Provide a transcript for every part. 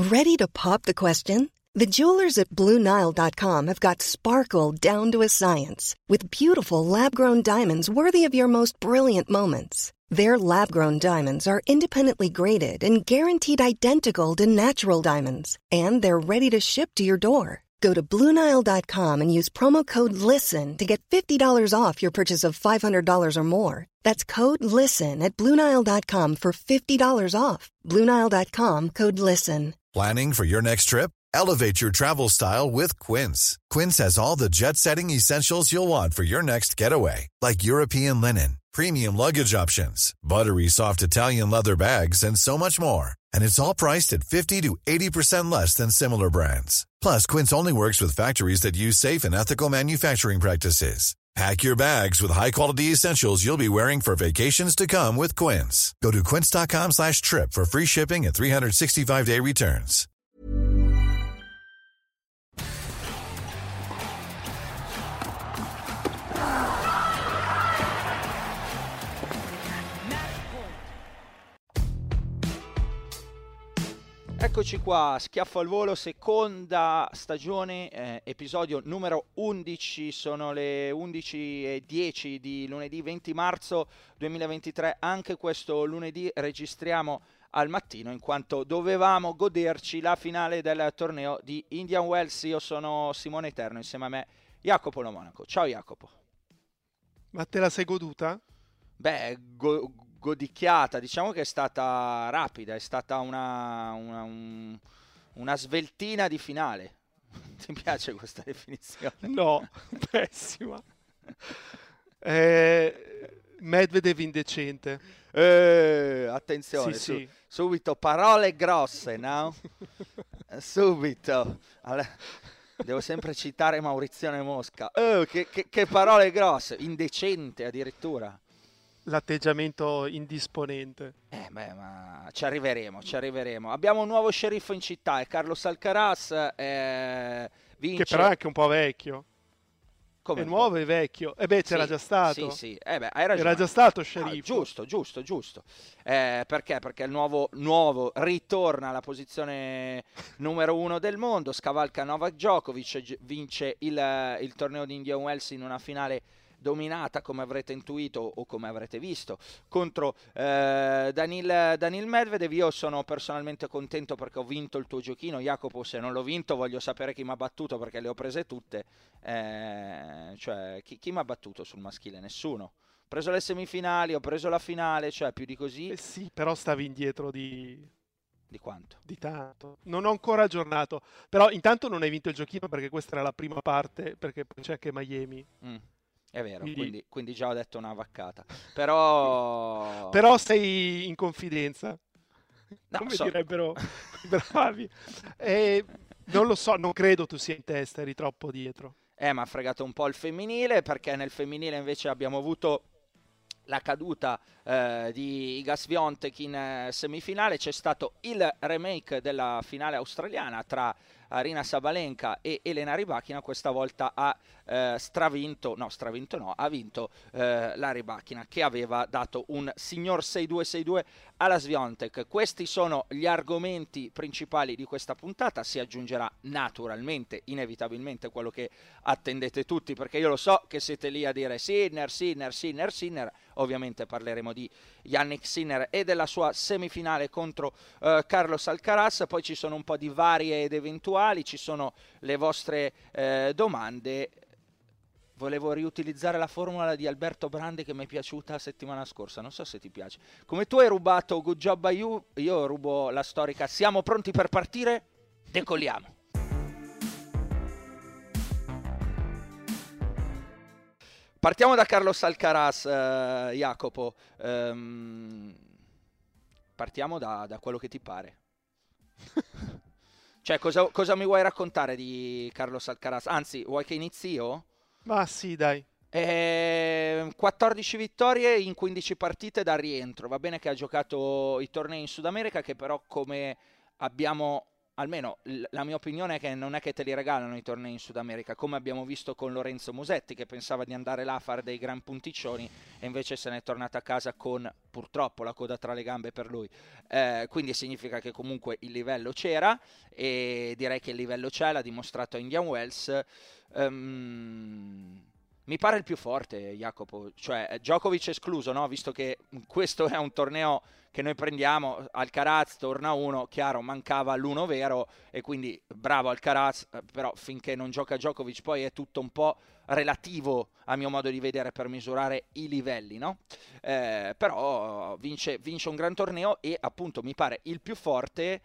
Ready to pop the question? The jewelers at BlueNile.com have got sparkle down to a science with beautiful lab-grown diamonds worthy of your most brilliant moments. Their lab-grown diamonds are independently graded and guaranteed identical to natural diamonds, and they're ready to ship to your door. Go to BlueNile.com and use promo code LISTEN to get $50 off your purchase of $500 or more. That's code LISTEN at BlueNile.com for $50 off. BlueNile.com, code LISTEN. Planning for your next trip? Elevate your travel style with Quince. Quince has all the jet-setting essentials you'll want for your next getaway, like European linen, premium luggage options, buttery soft Italian leather bags, and so much more. And it's all priced at 50 to 80% less than similar brands. Plus, Quince only works with factories that use safe and ethical manufacturing practices. Pack your bags with high-quality essentials you'll be wearing for vacations to come with Quince. Go to quince.com/trip for free shipping and 365-day returns. Eccoci qua, Schiaffo al volo, seconda stagione, episodio numero 11, sono le 11:10 di lunedì 20 marzo 2023, anche questo lunedì registriamo al mattino in quanto dovevamo goderci la finale del torneo di Indian Wells. Io sono Simone Eterno, insieme a me Jacopo Lo Monaco. Ciao Jacopo. Ma te la sei goduta? Beh, godicchiata, diciamo che è stata rapida, è stata una sveltina di finale. Ti piace questa definizione? No, pessima. Medvedev indecente. Attenzione, sì. Subito parole grosse, no? Subito. Devo sempre citare Maurizione Mosca. Che parole grosse, indecente addirittura. L'atteggiamento indisponente. Ma ci arriveremo. Abbiamo un nuovo sceriffo in città, è Carlos Alcaraz, vince. Che però è anche un po' vecchio. Come è nuovo e vecchio. C'era già stato. Sì. Hai ragione. Era già stato sceriffo. Giusto. Perché? Perché il nuovo ritorna alla posizione numero 1 del mondo, scavalca Novak Djokovic, vince il torneo di Indian Wells in una finale dominata, come avrete intuito o come avrete visto, contro Daniil Medvedev. Io sono personalmente contento perché ho vinto il tuo giochino, Jacopo. Se non l'ho vinto voglio sapere chi mi ha battuto, perché le ho prese tutte. Cioè chi mi ha battuto sul maschile? Nessuno. Ho preso le semifinali, ho preso la finale, cioè più di così. Sì, però stavi indietro di quanto? Di tanto. Non ho ancora aggiornato, però intanto non hai vinto il giochino perché questa era la prima parte, perché poi c'è anche Miami. È vero, quindi già ho detto una vaccata. Però sei in confidenza. No, come direbbero i bravi. Non lo so, non credo tu sia in testa, eri troppo dietro. Ma ha fregato un po' il femminile, perché nel femminile invece abbiamo avuto la caduta di Iga Swiatek in semifinale. C'è stato il remake della finale australiana tra Aryna Sabalenka e Elena Rybakina. Questa volta ha ha vinto la Rybakina, che aveva dato un signor 6-2 alla Swiatek. Questi sono gli argomenti principali di questa puntata. Si aggiungerà naturalmente, inevitabilmente, quello che attendete tutti, perché io lo so che siete lì a dire Sinner. Ovviamente parleremo di Jannik Sinner e della sua semifinale contro Carlos Alcaraz. Poi ci sono un po' di varie ed eventuali, ci sono le vostre domande. Volevo riutilizzare la formula di Alberto Brandi che mi è piaciuta la settimana scorsa, non so se ti piace. Come tu hai rubato Good Job by You, io rubo la storica Siamo pronti per partire? Decolliamo. Partiamo da Carlos Alcaraz, Jacopo. Partiamo da quello che ti pare. Cioè, cosa mi vuoi raccontare di Carlos Alcaraz? Anzi, vuoi che inizi io? Ma sì, dai. 14 vittorie in 15 partite dal rientro. Va bene che ha giocato i tornei in Sud America, che però, come abbiamo almeno la mia opinione è che non è che te li regalano i tornei in Sud America, come abbiamo visto con Lorenzo Musetti, che pensava di andare là a fare dei gran punticcioni e invece se n'è tornato a casa con, purtroppo, la coda tra le gambe per lui. Quindi significa che comunque il livello c'era, e direi che il livello c'è, l'ha dimostrato a Indian Wells. Mi pare il più forte, Jacopo, cioè Djokovic escluso, no? Visto che questo è un torneo che noi prendiamo, Alcaraz torna uno, chiaro, mancava l'uno vero, e quindi bravo Alcaraz, però finché non gioca Djokovic poi è tutto un po' relativo a mio modo di vedere per misurare i livelli, no? Però vince un gran torneo e appunto mi pare il più forte,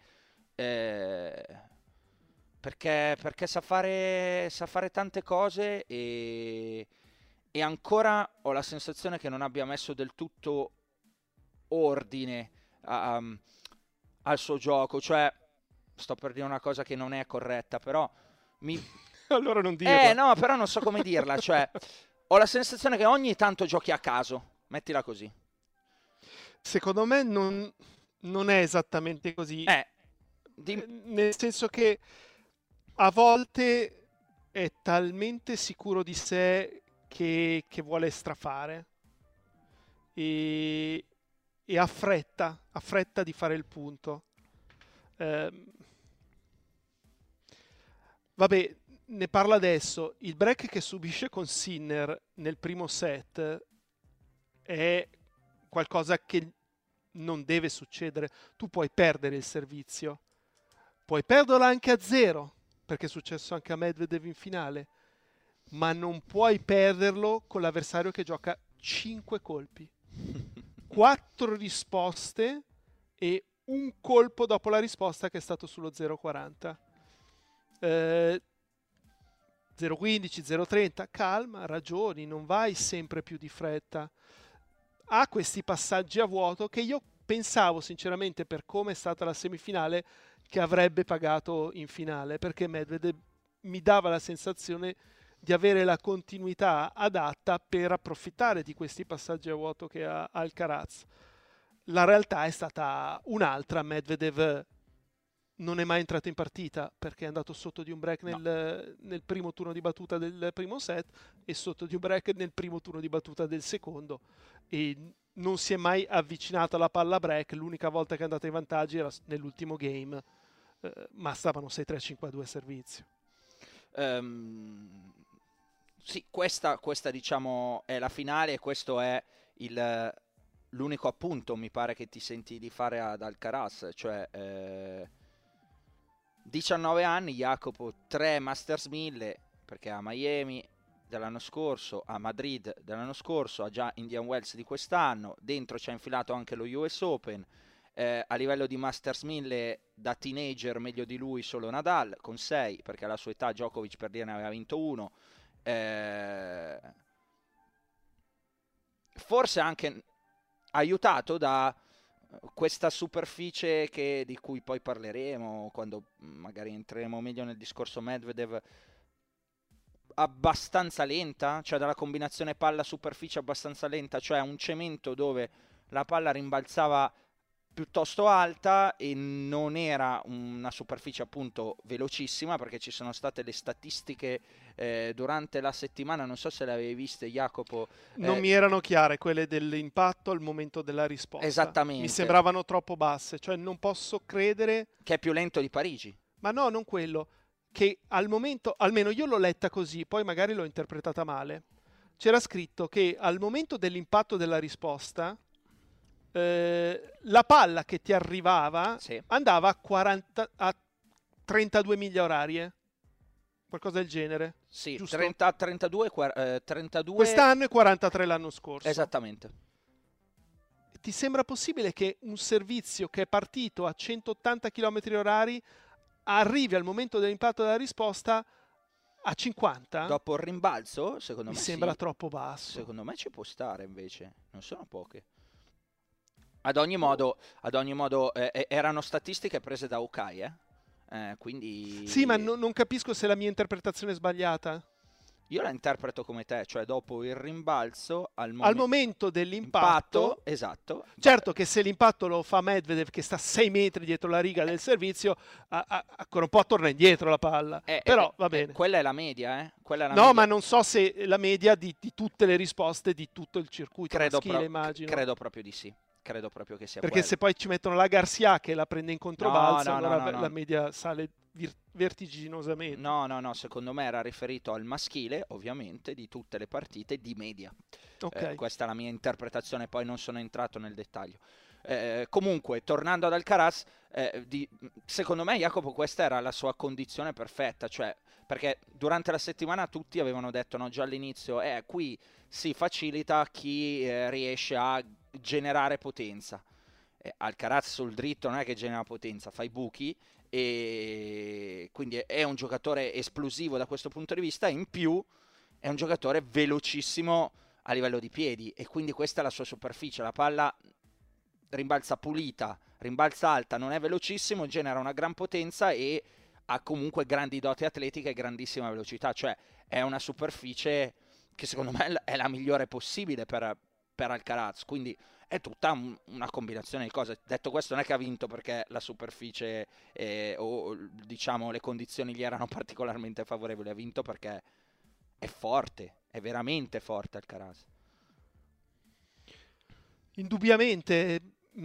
perché sa fare tante cose, e ancora ho la sensazione che non abbia messo del tutto ordine al suo gioco. Cioè, sto per dire una cosa che non è corretta, però allora non dirla. no, però non so come dirla. Cioè, ho la sensazione che ogni tanto giochi a caso, mettila così. Secondo me non è esattamente così, nel senso che a volte è talmente sicuro di sé che vuole strafare e ha fretta di fare il punto. Vabbè, ne parla adesso. Il break che subisce con Sinner nel primo set è qualcosa che non deve succedere. Tu puoi perdere il servizio, puoi perderlo anche a 0, perché è successo anche a Medvedev in finale, ma non puoi perderlo con l'avversario che gioca 5 colpi, 4 risposte e un colpo dopo la risposta che è stato sullo 0,40. 0,15, 0,30, calma, ragioni, non vai sempre più di fretta. Ha questi passaggi a vuoto che io pensavo sinceramente, per come è stata la semifinale, che avrebbe pagato in finale, perché Medvedev mi dava la sensazione di avere la continuità adatta per approfittare di questi passaggi a vuoto che ha Alcaraz. La realtà è stata un'altra. Medvedev non è mai entrato in partita perché è andato sotto di un break nel primo turno di battuta del primo set e sotto di un break nel primo turno di battuta del secondo, e non si è mai avvicinato alla palla break. L'unica volta che è andato in vantaggio era nell'ultimo game, ma stavano 6-3-5-2 a servizio. Sì, questa diciamo è la finale, e questo è l'unico appunto mi pare che ti senti di fare ad Alcaraz, cioè 19 anni Jacopo, 3 Masters 1000, perché a Miami dell'anno scorso, a Madrid dell'anno scorso, a già Indian Wells di quest'anno, dentro ci ha infilato anche lo US Open. A livello di Masters 1000 da teenager meglio di lui solo Nadal con 6, perché alla sua età Djokovic per dire ne aveva vinto 1. Forse anche aiutato da questa superficie di cui poi parleremo quando magari entreremo meglio nel discorso Medvedev, abbastanza lenta, cioè dalla combinazione palla-superficie abbastanza lenta, cioè un cemento dove la palla rimbalzava piuttosto alta e non era una superficie appunto velocissima, perché ci sono state le statistiche durante la settimana, non so se le avevi viste Jacopo. Non mi erano chiare quelle dell'impatto al momento della risposta. Esattamente. Mi sembravano troppo basse, cioè non posso credere che è più lento di Parigi. Ma no, non quello, che al momento, almeno io l'ho letta così, poi magari l'ho interpretata male. C'era scritto che al momento dell'impatto della risposta la palla che ti arrivava andava a 32 miglia orarie, qualcosa del genere. Sì, giusto? 32 quest'anno e 43 l'anno scorso. Esattamente. Ti sembra possibile che un servizio che è partito a 180 km orari arrivi al momento dell'impatto della risposta a 50? Dopo il rimbalzo, secondo me mi sembra troppo basso. Secondo me ci può stare invece, non sono poche. Ad ogni modo erano statistiche prese da Okai, quindi... Sì, ma non capisco se la mia interpretazione è sbagliata. Io la interpreto come te, cioè dopo il rimbalzo al momento dell'impatto, esatto. Certo che se l'impatto lo fa Medvedev che sta 6 metri dietro la riga del servizio, ancora un po' torna indietro la palla, però va bene. Quella è la media, Quella è la no, media. Ma non so se la media di tutte le risposte di tutto il circuito maschile, immagino. Credo proprio di sì. Credo proprio che sia perché quello. Se poi ci mettono la Garcia che la prende in controbalzo, allora no. la media sale vertiginosamente. No, secondo me era riferito al maschile, ovviamente, di tutte le partite di media. Okay. Questa è la mia interpretazione, poi non sono entrato nel dettaglio. Comunque, tornando ad Alcaraz, secondo me Jacopo questa era la sua condizione perfetta, cioè perché durante la settimana tutti avevano detto, no, già all'inizio, qui si facilita chi riesce a generare potenza. Alcaraz sul dritto non è che genera potenza, fa i buchi, e quindi è un giocatore esplosivo da questo punto di vista, in più è un giocatore velocissimo a livello di piedi, e quindi questa è la sua superficie, la palla rimbalza pulita, rimbalza alta, non è velocissimo, genera una gran potenza e ha comunque grandi doti atletiche e grandissima velocità, cioè è una superficie che secondo me è la migliore possibile per Alcaraz, quindi è tutta una combinazione di cose. Detto questo, non è che ha vinto perché la superficie o diciamo le condizioni gli erano particolarmente favorevoli, ha vinto perché è forte, è veramente forte Alcaraz. Indubbiamente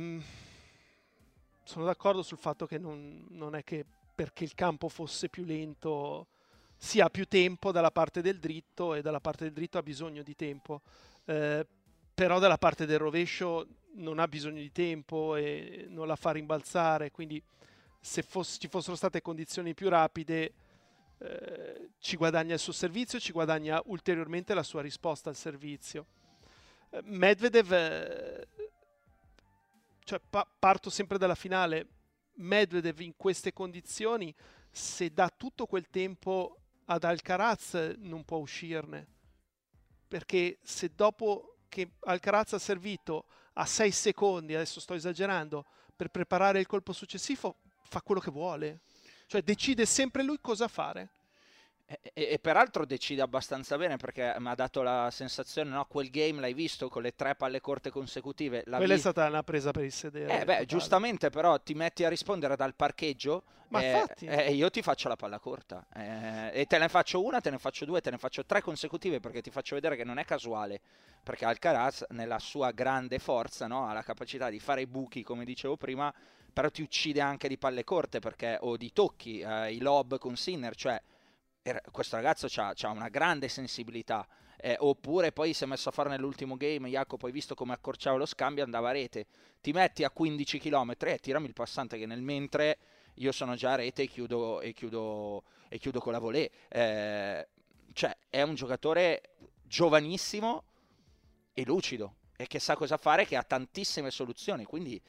sono d'accordo sul fatto che non è che perché il campo fosse più lento si ha più tempo dalla parte del dritto, e dalla parte del dritto ha bisogno di tempo, però dalla parte del rovescio non ha bisogno di tempo e non la fa rimbalzare, quindi se ci fossero state condizioni più rapide ci guadagna il suo servizio, ci guadagna ulteriormente la sua risposta al servizio. Medvedev, cioè parto sempre dalla finale, Medvedev in queste condizioni, se dà tutto quel tempo ad Alcaraz non può uscirne, perché se dopo che Alcaraz ha servito a 6 secondi, adesso sto esagerando, per preparare il colpo successivo, fa quello che vuole, cioè decide sempre lui cosa fare. E peraltro decide abbastanza bene, perché mi ha dato la sensazione, no, quel game l'hai visto con le 3 palle corte consecutive. Quella è stata una presa per il sedere. Giustamente, però ti metti a rispondere dal parcheggio, ma infatti io ti faccio la palla corta, e te ne faccio una, te ne faccio 2, te ne faccio 3 consecutive, perché ti faccio vedere che non è casuale, perché Alcaraz nella sua grande forza, no, ha la capacità di fare i buchi, come dicevo prima, però ti uccide anche di palle corte, o di tocchi, i lob con Sinner, cioè questo ragazzo ha una grande sensibilità, oppure poi si è messo a fare nell'ultimo game, Jacopo, hai visto come accorciava lo scambio, andava a rete, ti metti a 15 km e tirami il passante, che nel mentre io sono già a rete e chiudo con la volée, cioè è un giocatore giovanissimo e lucido, e che sa cosa fare, che ha tantissime soluzioni, quindi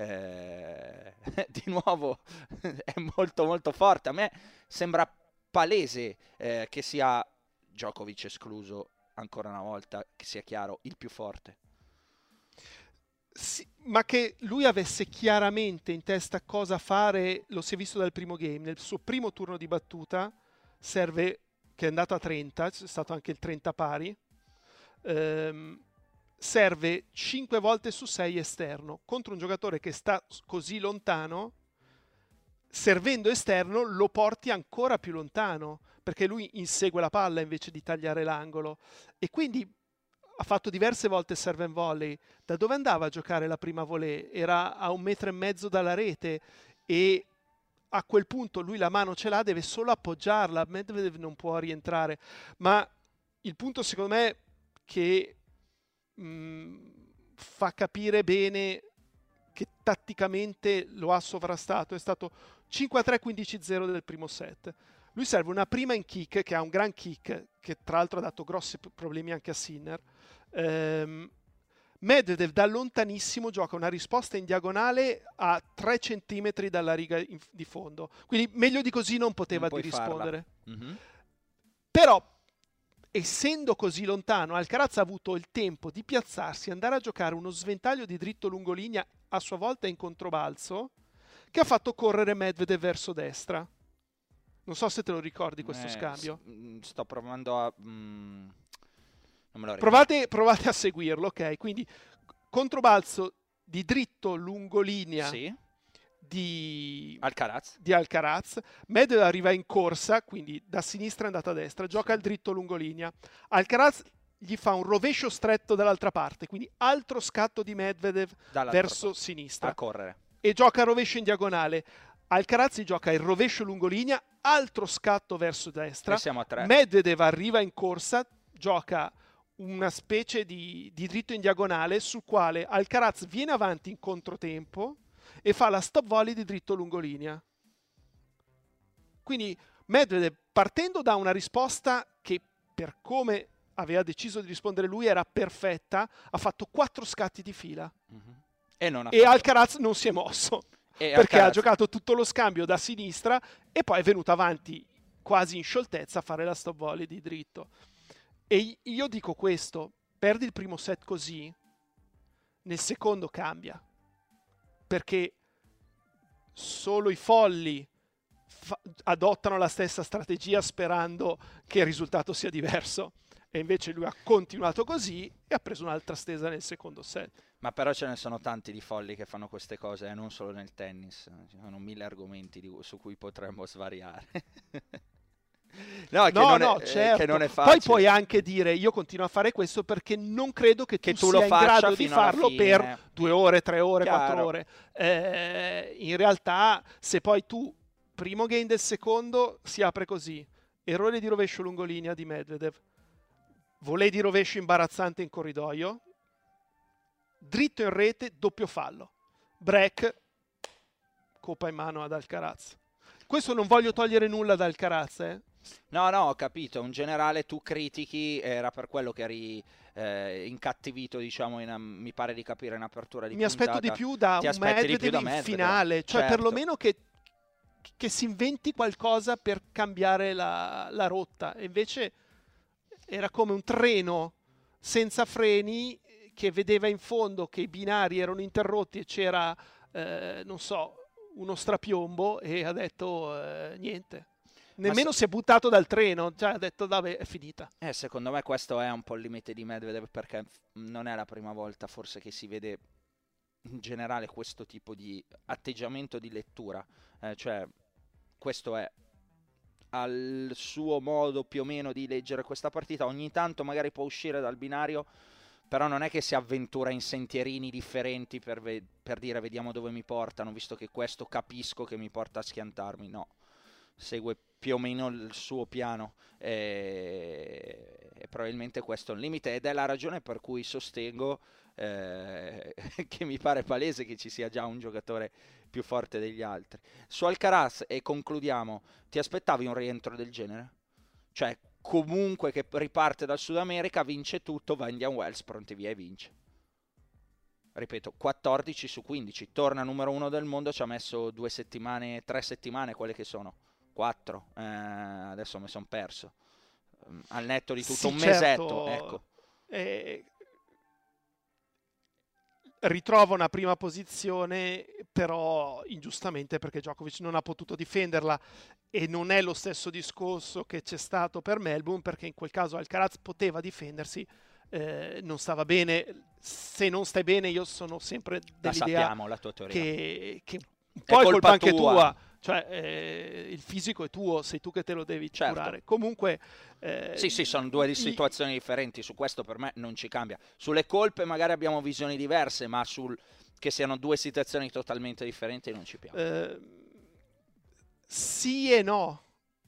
di nuovo è molto molto forte. A me sembra palese che sia Djokovic escluso, ancora una volta, che sia chiaro, il più forte. Sì, ma che lui avesse chiaramente in testa cosa fare lo si è visto dal primo game. Nel suo primo turno di battuta serve, che è andato a 30, c'è stato anche il 30 pari, serve 5 volte su 6 esterno contro un giocatore che sta così lontano. Servendo esterno lo porti ancora più lontano, perché lui insegue la palla invece di tagliare l'angolo, e quindi ha fatto diverse volte serve and volley. Da dove andava a giocare la prima volée? Era a 1,5 metri dalla rete, e a quel punto lui la mano ce l'ha, deve solo appoggiarla, Medvedev non può rientrare. Ma il punto secondo me che fa capire bene che tatticamente lo ha sovrastato è stato 5-3, 15-0 del primo set. Lui serve una prima in kick, che ha un gran kick, che tra l'altro ha dato grossi problemi anche a Sinner. Medvedev da lontanissimo gioca una risposta in diagonale a 3 centimetri dalla riga di fondo, quindi meglio di così non poteva di rispondere. Mm-hmm. Però essendo così lontano, Alcaraz ha avuto il tempo di piazzarsi, andare a giocare uno sventaglio di dritto lungolinea a sua volta in controbalzo, che ha fatto correre Medvedev verso destra. Non so se te lo ricordi questo scambio. Sto provando a... non me lo ricordo. Provate a seguirlo, ok? Quindi controbalzo di dritto lungolinea Sì. di Alcaraz. Medvedev arriva in corsa, quindi da sinistra è andata a destra, gioca il dritto lungolinea. Alcaraz gli fa un rovescio stretto dall'altra parte, quindi altro scatto di Medvedev verso sinistra. A correre. E gioca il rovescio in diagonale. Alcaraz gioca il rovescio lungolinea, altro scatto verso destra. E siamo a 3. Medvedev arriva in corsa, gioca una specie di dritto in diagonale sul quale Alcaraz viene avanti in controtempo e fa la stop volley di dritto lungolinea. Quindi Medvedev, partendo da una risposta che per come aveva deciso di rispondere lui era perfetta, ha fatto 4 scatti di fila. E Alcaraz non si è mosso. Perché ha giocato tutto lo scambio da sinistra e poi è venuto avanti quasi in scioltezza a fare la stop volley di dritto. E io dico questo: perdi il primo set così, nel secondo cambia, perché solo i folli adottano la stessa strategia sperando che il risultato sia diverso, e invece lui ha continuato così e ha preso un'altra stesa nel secondo set. Ma però ce ne sono tanti di folli che fanno queste cose, non solo nel tennis. Ci sono 1000 argomenti su cui potremmo svariare. Certo. Che non è facile. Poi puoi anche dire: io continuo a fare questo perché non credo che tu sia in grado di farlo per 2 ore, 3 ore, Chiaro. 4 ore. In realtà, se poi tu, primo game del secondo, si apre così: errore di rovescio lungolinea di Medvedev, volley di rovescio imbarazzante in corridoio, dritto in rete, doppio fallo, break, coppa in mano ad Alcaraz. Questo non voglio togliere nulla ad Alcaraz, No, ho capito. In generale tu critichi, era per quello che eri incattivito, diciamo, mi pare di capire, in apertura di Mi puntata. aspetto di più da un Medvedev in finale, cioè certo. perlomeno che si inventi qualcosa per cambiare la rotta. E invece era come un treno senza freni che vedeva in fondo che i binari erano interrotti e c'era, non so, uno strapiombo, e ha detto niente. Nemmeno si è buttato dal treno, cioè ha detto vabbè, è finita. Secondo me questo è un po' il limite di Medvedev, perché non è la prima volta forse che si vede in generale questo tipo di atteggiamento di lettura. Cioè questo è al suo modo più o meno di leggere questa partita. Ogni tanto magari può uscire dal binario, però non è che si avventura in sentierini differenti per dire vediamo dove mi portano, visto che questo capisco che mi porta a schiantarmi. No, segue più o meno il suo piano, e probabilmente questo è un limite, ed è la ragione per cui sostengo che mi pare palese che ci sia già un giocatore più forte degli altri. Su Alcaraz, e concludiamo, ti aspettavi un rientro del genere? Cioè comunque che riparte dal Sud America, vince tutto, va Indian Wells, pronti via e vince. Ripeto, 14 su 15, torna numero 1 del mondo, ci ha messo 2 settimane, 3 settimane, quelle che sono 4, adesso mi sono perso, al netto di tutto, sì, un mesetto, certo. ecco. Ritrova una prima posizione, però ingiustamente, perché Djokovic non ha potuto difenderla, e non è lo stesso discorso che c'è stato per Melbourne, perché in quel caso Alcaraz poteva difendersi, non stava bene. Se non stai bene, io sono sempre dell'idea, sappiamo, la tua teoria, che un po' è colpa anche tua. tua. Cioè il fisico è tuo, sei tu che te lo devi curare. Comunque sì, sono due situazioni differenti, su questo per me non ci cambia. Sulle colpe magari abbiamo visioni diverse, ma che siano due situazioni totalmente differenti non ci piace. Sì e no.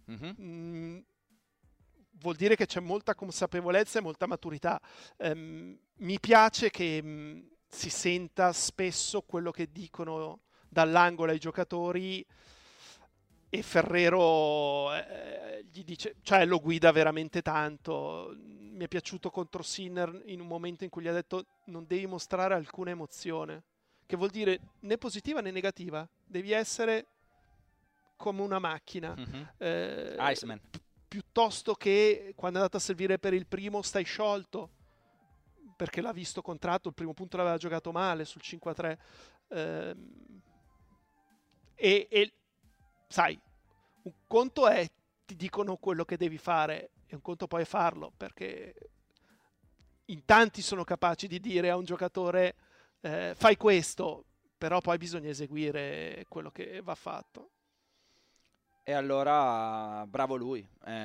Vuol dire che c'è molta consapevolezza e molta maturità. Mi piace che si senta spesso quello che dicono dall'angolo ai giocatori, e Ferrero gli dice, cioè lo guida veramente tanto. Mi è piaciuto contro Sinner in un momento in cui gli ha detto: non devi mostrare alcuna emozione, che vuol dire né positiva né negativa, devi essere come una macchina. Iceman. Piuttosto che quando è andato a servire per il primo stai sciolto, perché l'ha visto contratto, il primo punto l'aveva giocato male sul 5-3. E sai, Un conto è ti dicono quello che devi fare e un conto poi è farlo, perché in tanti sono capaci di dire a un giocatore fai questo, però poi bisogna eseguire quello che va fatto. E allora bravo lui,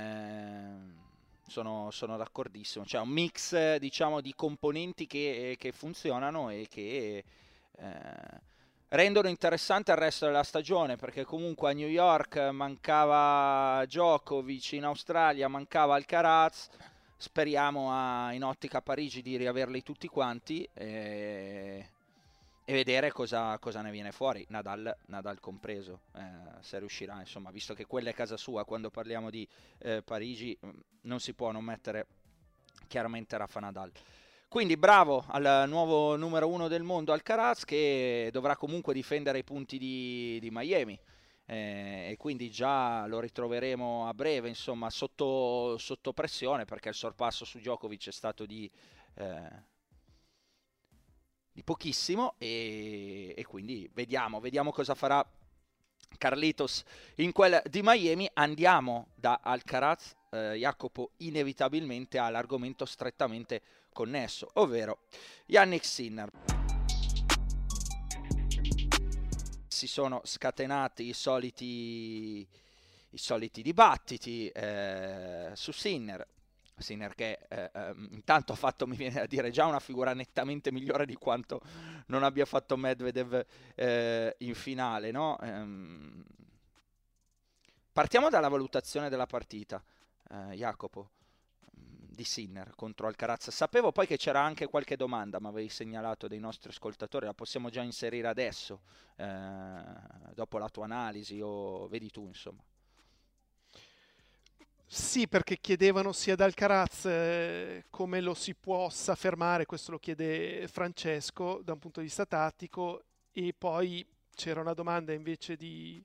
sono d'accordissimo, cioè un mix diciamo di componenti che funzionano e che rendono interessante il resto della stagione, perché comunque a New York mancava Djokovic, in Australia mancava Alcaraz, speriamo in ottica Parigi di riaverli tutti quanti e vedere cosa ne viene fuori, Nadal compreso, se riuscirà, insomma, visto che quella è casa sua, quando parliamo di Parigi non si può non mettere chiaramente Rafa Nadal. Quindi bravo al nuovo numero 1 del mondo Alcaraz, che dovrà comunque difendere i punti di Miami, e quindi già lo ritroveremo a breve, insomma, sotto pressione, perché il sorpasso su Djokovic è stato di pochissimo e quindi vediamo cosa farà Carlitos in quel di Miami. Andiamo da Alcaraz, Jacopo, inevitabilmente all'argomento strettamente connesso, ovvero Jannik Sinner. Si sono scatenati i soliti dibattiti su Sinner che intanto ha fatto, mi viene a dire, già una figura nettamente migliore di quanto non abbia fatto Medvedev in finale, no? Partiamo dalla valutazione della partita, Jacopo, di Sinner contro Alcaraz. Sapevo poi che c'era anche qualche domanda, ma avevi segnalato dei nostri ascoltatori, la possiamo già inserire adesso, dopo la tua analisi, o vedi tu, insomma. Sì, perché chiedevano sia ad Alcaraz come lo si possa fermare, questo lo chiede Francesco da un punto di vista tattico, e poi c'era una domanda invece di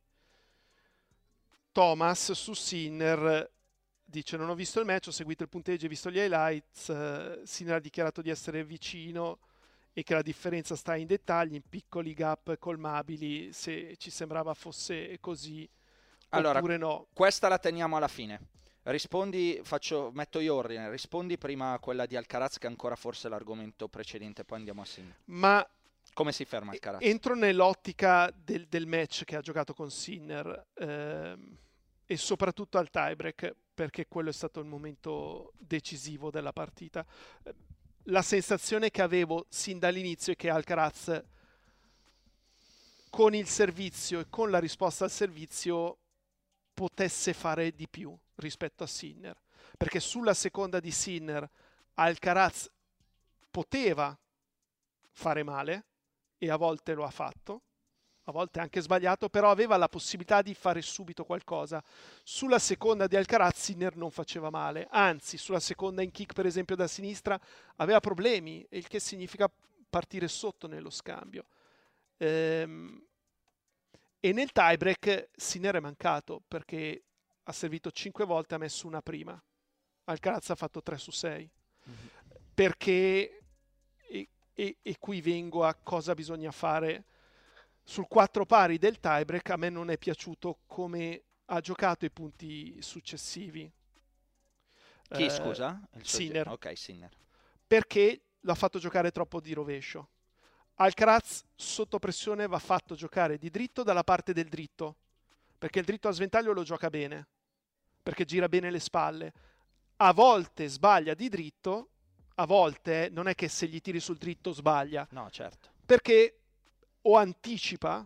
Thomas su Sinner. Dice: non ho visto il match, ho seguito il punteggio e visto gli highlights. Sinner ha dichiarato di essere vicino e che la differenza sta in dettagli, in piccoli gap colmabili. Se ci sembrava fosse così, allora, oppure no. Questa la teniamo alla fine. Rispondi, metto io ordine, rispondi prima a quella di Alcaraz, che è ancora forse l'argomento precedente, poi andiamo a Sinner. Ma come si ferma Alcaraz? Entro nell'ottica del match che ha giocato con Sinner, e soprattutto al tiebreak, perché quello è stato il momento decisivo della partita. La sensazione che avevo sin dall'inizio è che Alcaraz, con il servizio e con la risposta al servizio, potesse fare di più rispetto a Sinner, perché sulla seconda di Sinner Alcaraz poteva fare male e a volte lo ha fatto, a volte anche sbagliato, però aveva la possibilità di fare subito qualcosa. Sulla seconda di Alcaraz Sinner non faceva male, anzi sulla seconda in kick per esempio da sinistra aveva problemi, il che significa partire sotto nello scambio. E nel tiebreak Sinner è mancato, perché ha servito 5 volte, ha messo una prima. Alcaraz ha fatto 3 su 6. Perché, e qui vengo a cosa bisogna fare, sul 4 pari del tiebreak a me non è piaciuto come ha giocato i punti successivi. Chi, scusa? Sinner. Ok, Sinner. Perché l'ha fatto giocare troppo di rovescio. Alcaraz sotto pressione va fatto giocare di dritto dalla parte del dritto, perché il dritto a sventaglio lo gioca bene, perché gira bene le spalle. A volte sbaglia di dritto, a volte non è che se gli tiri sul dritto sbaglia. No, certo. Perché o anticipa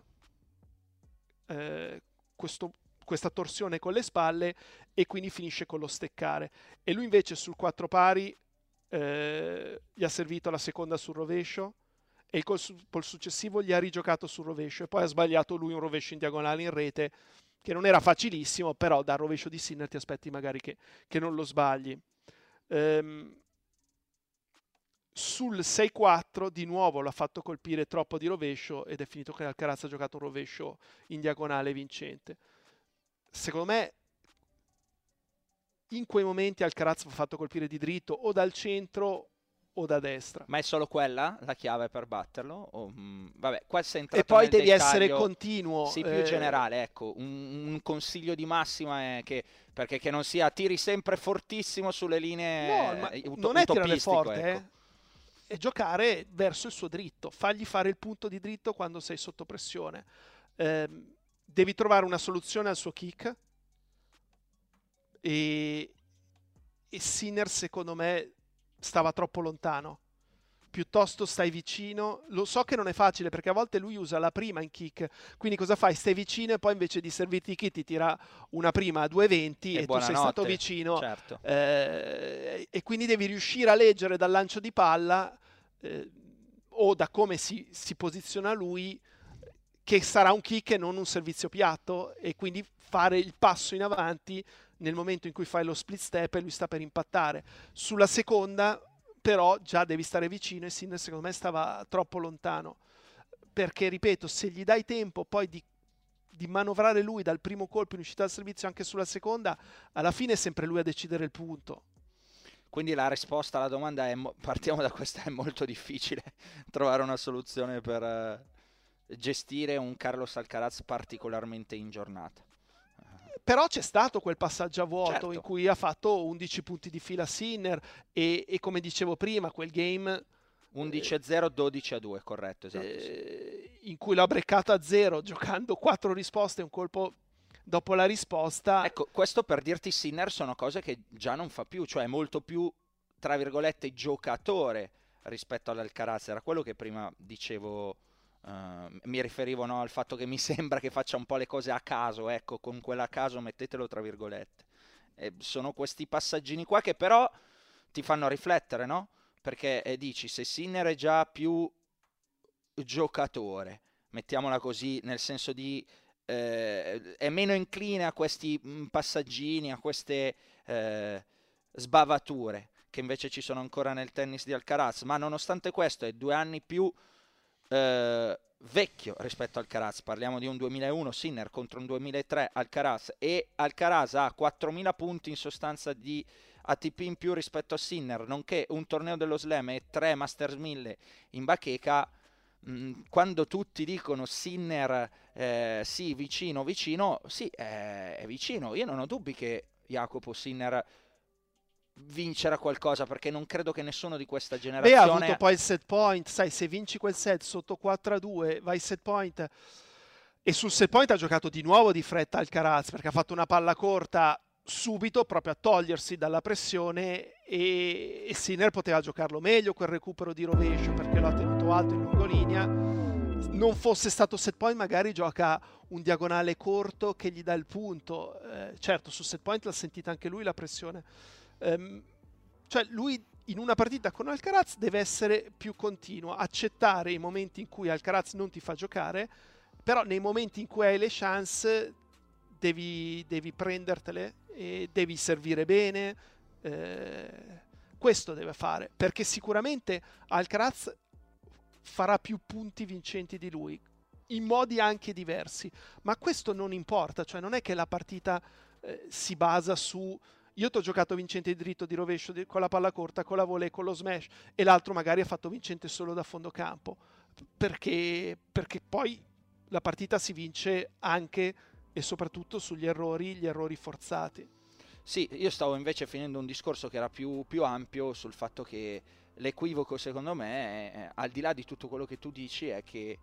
questa torsione con le spalle e quindi finisce con lo steccare. E lui invece sul 4 pari gli ha servito la seconda sul rovescio, e col successivo gli ha rigiocato sul rovescio, e poi ha sbagliato lui un rovescio in diagonale in rete che non era facilissimo, però dal rovescio di Sinner ti aspetti magari che non lo sbagli. Sul 6-4 di nuovo l'ha fatto colpire troppo di rovescio ed è finito che Alcaraz ha giocato un rovescio in diagonale vincente. Secondo me in quei momenti Alcaraz va fatto colpire di dritto o dal centro o da destra. Ma è solo quella la chiave per batterlo? Vabbè, qua sei entrato E poi nel devi dettaglio, essere continuo. sì, più generale, ecco, un consiglio di massima è perché che non sia tiri sempre fortissimo sulle linee, No, ma non è tirare utopistico, forte, ecco. è giocare verso il suo dritto, fagli fare il punto di dritto quando sei sotto pressione. Devi trovare una soluzione al suo kick e Sinner secondo me stava troppo lontano. Piuttosto stai vicino. Lo so che non è facile perché a volte lui usa la prima in kick, quindi cosa fai? Stai vicino e poi invece di servirti i kick ti tira una prima a 2,20 e tu sei stato vicino, certo. E quindi devi riuscire a leggere dal lancio di palla o da come si posiziona lui che sarà un kick e non un servizio piatto, e quindi fare il passo in avanti nel momento in cui fai lo split step e lui sta per impattare. Sulla seconda però già devi stare vicino e Sinner secondo me stava troppo lontano, perché ripeto, se gli dai tempo poi di manovrare lui dal primo colpo in uscita dal servizio anche sulla seconda, alla fine è sempre lui a decidere il punto. Quindi la risposta alla domanda è, partiamo da questa, è molto difficile trovare una soluzione per gestire un Carlos Alcaraz particolarmente in giornata. Però c'è stato quel passaggio a vuoto, certo, in cui ha fatto 11 punti di fila Sinner e come dicevo prima, quel game 11-0, 12-2, corretto, esatto, sì. In cui l'ha breccata a 0 giocando 4 risposte e un colpo dopo la risposta. Ecco, questo per dirti, Sinner sono cose che già non fa più, cioè molto più, tra virgolette, giocatore rispetto all'Alcaraz. Era quello che prima dicevo, mi riferivo, no, al fatto che mi sembra che faccia un po' le cose a caso, ecco, con quella a caso mettetelo tra virgolette. Sono questi passaggini qua che però ti fanno riflettere, no? Perché dici, se Sinner è già più giocatore, mettiamola così, nel senso di è meno incline a questi passaggini, a queste sbavature che invece ci sono ancora nel tennis di Alcaraz, ma nonostante questo è 2 anni più vecchio rispetto al Alcaraz. Parliamo di un 2001 Sinner contro un 2003 Alcaraz, e Alcaraz ha 4.000 punti in sostanza di ATP in più rispetto a Sinner, nonché un torneo dello Slam e 3 Masters 1000 in bacheca. Quando tutti dicono Sinner sì, vicino, sì, è vicino. Io non ho dubbi che Jacopo Sinner vincerà qualcosa, perché non credo che nessuno di questa generazione... ha avuto poi il set point, sai, se vinci quel set sotto 4-2 vai set point, e sul set point ha giocato di nuovo di fretta Alcaraz, perché ha fatto una palla corta subito proprio a togliersi dalla pressione, e Sinner poteva giocarlo meglio quel recupero di rovescio perché lo ha tenuto alto in lungolinea. Non fosse stato set point magari gioca un diagonale corto che gli dà il punto, certo sul set point l'ha sentita anche lui la pressione. Cioè lui in una partita con Alcaraz deve essere più continuo, accettare i momenti in cui Alcaraz non ti fa giocare, però nei momenti in cui hai le chance devi prendertele e devi servire bene, questo deve fare, perché sicuramente Alcaraz farà più punti vincenti di lui in modi anche diversi, ma questo non importa, cioè non è che la partita si basa su io ti ho giocato vincente di dritto, di rovescio, con la palla corta, con la volley, con lo smash, e l'altro magari ha fatto vincente solo da fondo campo, perché poi la partita si vince anche e soprattutto sugli gli errori forzati. Sì, io stavo invece finendo un discorso che era più ampio sul fatto che l'equivoco secondo me, al di là di tutto quello che tu dici, è che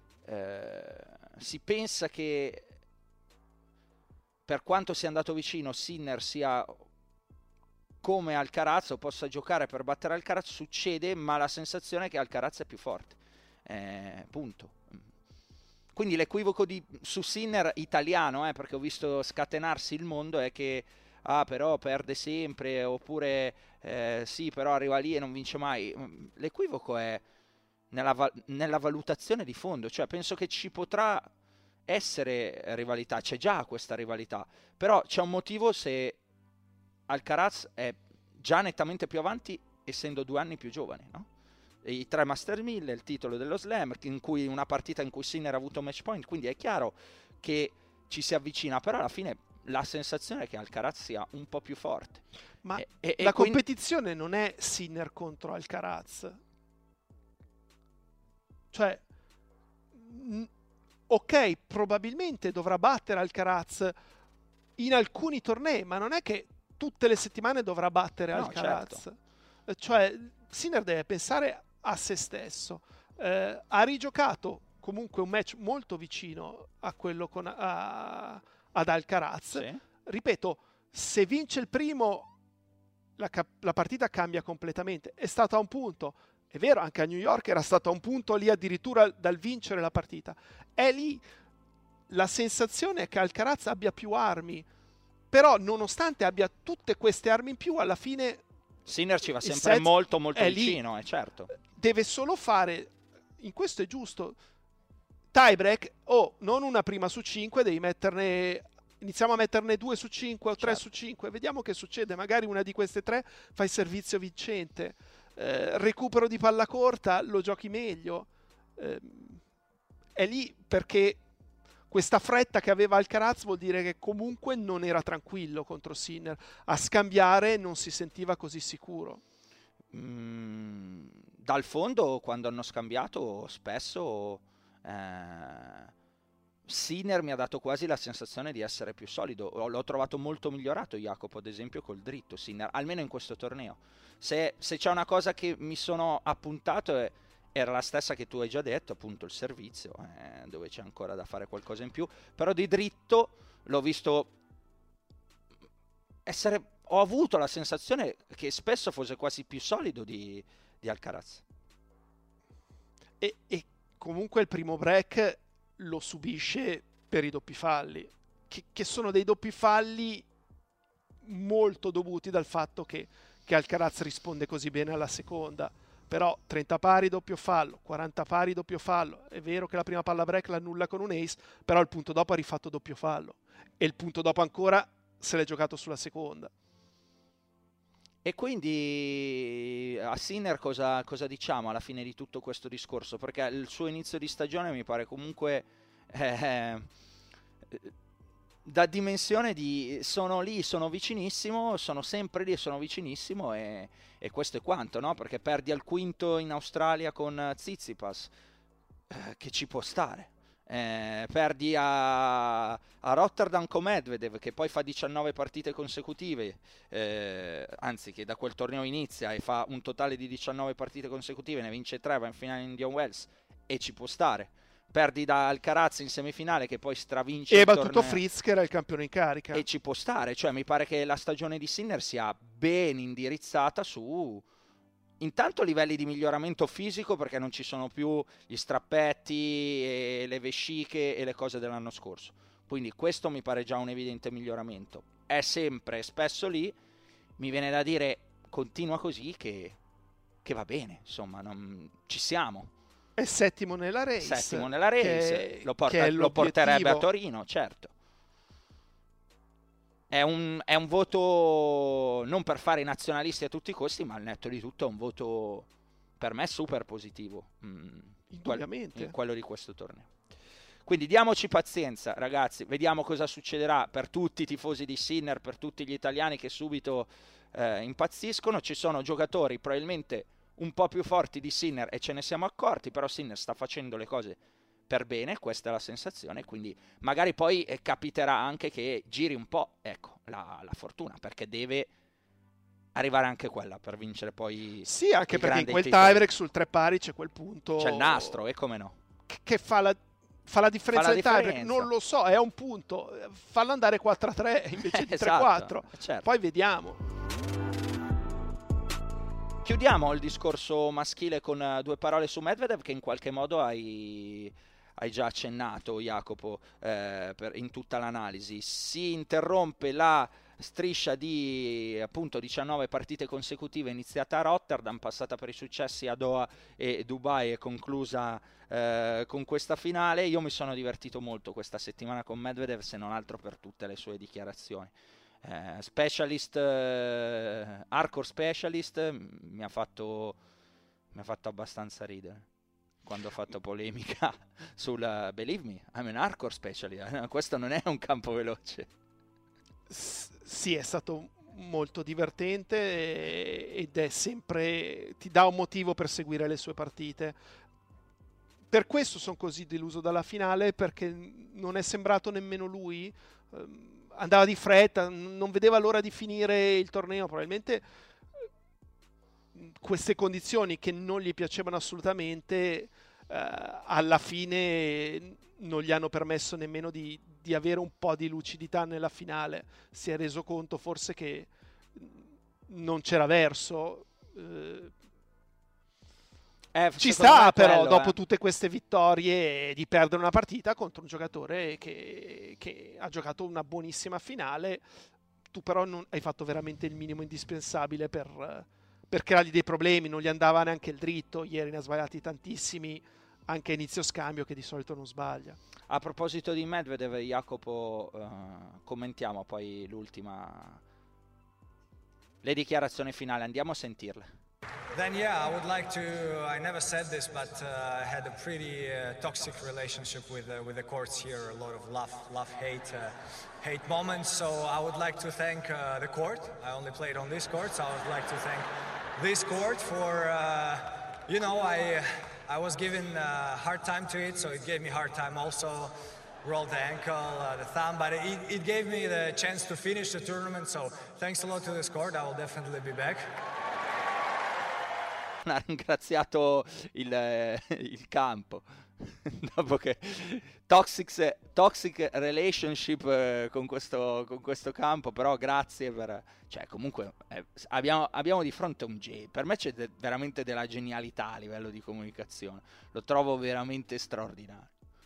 si pensa che per quanto sia andato vicino Sinner sia come Alcaraz o possa giocare per battere Alcaraz, succede, ma la sensazione è che Alcaraz è più forte, punto. Quindi l'equivoco su Sinner italiano, perché ho visto scatenarsi il mondo, è che però perde sempre, oppure sì, però arriva lì e non vince mai. L'equivoco è nella valutazione di fondo, cioè penso che ci potrà essere rivalità, c'è già questa rivalità, però c'è un motivo se Alcaraz è già nettamente più avanti essendo 2 anni più giovane, no? I 3 Master 1000, il titolo dello Slam, in cui una partita in cui Sinner ha avuto match point, quindi è chiaro che ci si avvicina, però alla fine la sensazione è che Alcaraz sia un po' più forte. Ma e la quindi... competizione non è Sinner contro Alcaraz. Cioè, ok, probabilmente dovrà battere Alcaraz in alcuni tornei, ma non è che tutte le settimane dovrà battere Alcaraz. Certo. Cioè, Sinner deve pensare a se stesso. Ha rigiocato comunque un match molto vicino a quello ad Alcaraz. Sì. Ripeto, se vince il primo, la partita cambia completamente. È stato a un punto. È vero, anche a New York era stato a un punto lì addirittura dal vincere la partita. È lì la sensazione è che Alcaraz abbia più armi, però nonostante abbia tutte queste armi in più, alla fine Sinner ci va sempre molto vicino, lì. Certo. Deve solo fare, in questo è giusto, tiebreak o non una prima su 5, devi metterne, iniziamo a metterne 2 su 5 o 3 su 5, vediamo che succede, magari una di queste 3 fa il servizio vincente, recupero di palla corta, lo giochi meglio, è lì perché questa fretta che aveva Alcaraz vuol dire che comunque non era tranquillo contro Sinner, a scambiare non si sentiva così sicuro. Dal fondo, quando hanno scambiato, spesso Sinner mi ha dato quasi la sensazione di essere più solido. L'ho trovato molto migliorato Jacopo, ad esempio, col dritto Sinner, almeno in questo torneo. Se c'è una cosa che mi sono appuntato era la stessa che tu hai già detto, appunto il servizio, dove c'è ancora da fare qualcosa in più, però di dritto l'ho visto essere... Ho avuto la sensazione che spesso fosse quasi più solido di Alcaraz. E comunque il primo break lo subisce per i doppi falli, che sono dei doppi falli molto dovuti dal fatto che Alcaraz risponde così bene alla seconda. Però 30 pari doppio fallo, 40 pari doppio fallo, è vero che la prima palla break l'annulla con un ace, però il punto dopo ha rifatto doppio fallo e il punto dopo ancora se l'è giocato sulla seconda. E quindi a Sinner cosa diciamo alla fine di tutto questo discorso? Perché il suo inizio di stagione mi pare comunque da dimensione di sono lì, sono vicinissimo, sono sempre lì, sono vicinissimo e questo è quanto, no? Perché perdi al quinto in Australia con Tsitsipas, che ci può stare. Perdi a Rotterdam con Medvedev, che poi fa 19 partite consecutive, anzi che da quel torneo inizia e fa un totale di 19 partite consecutive, ne vince 3, va in finale in Indian Wells e ci può stare. Perdi da Alcaraz in semifinale che poi stravince e il battuto torneo. Fritz che era il campione in carica E ci può stare, cioè mi pare che la stagione di Sinner sia ben indirizzata su intanto livelli di miglioramento fisico, perché non ci sono più gli strappetti e le vesciche e le cose dell'anno scorso, quindi questo mi pare già un evidente miglioramento. È sempre spesso lì, mi viene da dire continua così che va bene, insomma, ci siamo. È settimo nella race, lo porterebbe a Torino, certo. È un voto non per fare i nazionalisti a tutti i costi, ma al netto di tutto è un voto per me super positivo, indubbiamente, in quello di questo torneo. Quindi diamoci pazienza, ragazzi, vediamo cosa succederà per tutti i tifosi di Sinner, per tutti gli italiani che subito impazziscono. Ci sono giocatori probabilmente un po' più forti di Sinner e ce ne siamo accorti, però Sinner sta facendo le cose per bene, questa è la sensazione, quindi magari poi capiterà anche che giri un po', ecco, la fortuna, perché deve arrivare anche quella per vincere poi. Sì, anche perché in quel tiebreak sul 3 pari c'è quel punto, c'è il nastro, e come no, che fa la differenza del tiebreak, non lo so, è un punto, fallo andare 4-3 invece di 3-4, certo. Poi vediamo. Chiudiamo il discorso maschile con 2 parole su Medvedev, che in qualche modo hai già accennato, Jacopo, in tutta l'analisi. Si interrompe la striscia di appunto 19 partite consecutive iniziata a Rotterdam, passata per i successi a Doha e Dubai e conclusa con questa finale. Io mi sono divertito molto questa settimana con Medvedev, se non altro per tutte le sue dichiarazioni. Specialist, hardcore specialist, mi ha fatto abbastanza ridere quando ho fatto polemica sul Believe Me, I'm an hardcore specialist, questo non è un campo veloce. sì, è stato molto divertente ed è sempre, ti dà un motivo per seguire le sue partite. Per questo sono così deluso dalla finale, perché non è sembrato nemmeno lui, andava di fretta, non vedeva l'ora di finire il torneo, probabilmente queste condizioni che non gli piacevano assolutamente alla fine non gli hanno permesso nemmeno di avere un po' di lucidità nella finale. Si è reso conto forse che non c'era verso. Ci sta però quello, dopo tutte queste vittorie di perdere una partita contro un giocatore che ha giocato una buonissima finale. Tu però non hai fatto veramente il minimo indispensabile per creargli dei problemi, non gli andava neanche il dritto, ieri ne ha sbagliati tantissimi anche a inizio scambio, che di solito non sbaglia. A proposito di Medvedev, Jacopo, commentiamo poi le dichiarazioni finali, andiamo a sentirle. Then yeah, I would like to, I never said this, but I had a pretty toxic relationship with the courts here, a lot of hate moments, so I would like to thank the court. I only played on this court, so I would like to thank this court for, I was given a hard time to it, so it gave me a hard time also. Rolled the ankle, the thumb, but it gave me the chance to finish the tournament, so thanks a lot to this court, I will definitely be back. Ha ringraziato il campo dopo che toxic relationship con questo campo, però grazie per, cioè comunque abbiamo di fronte un per me c'è veramente della genialità a livello di comunicazione, lo trovo veramente straordinario.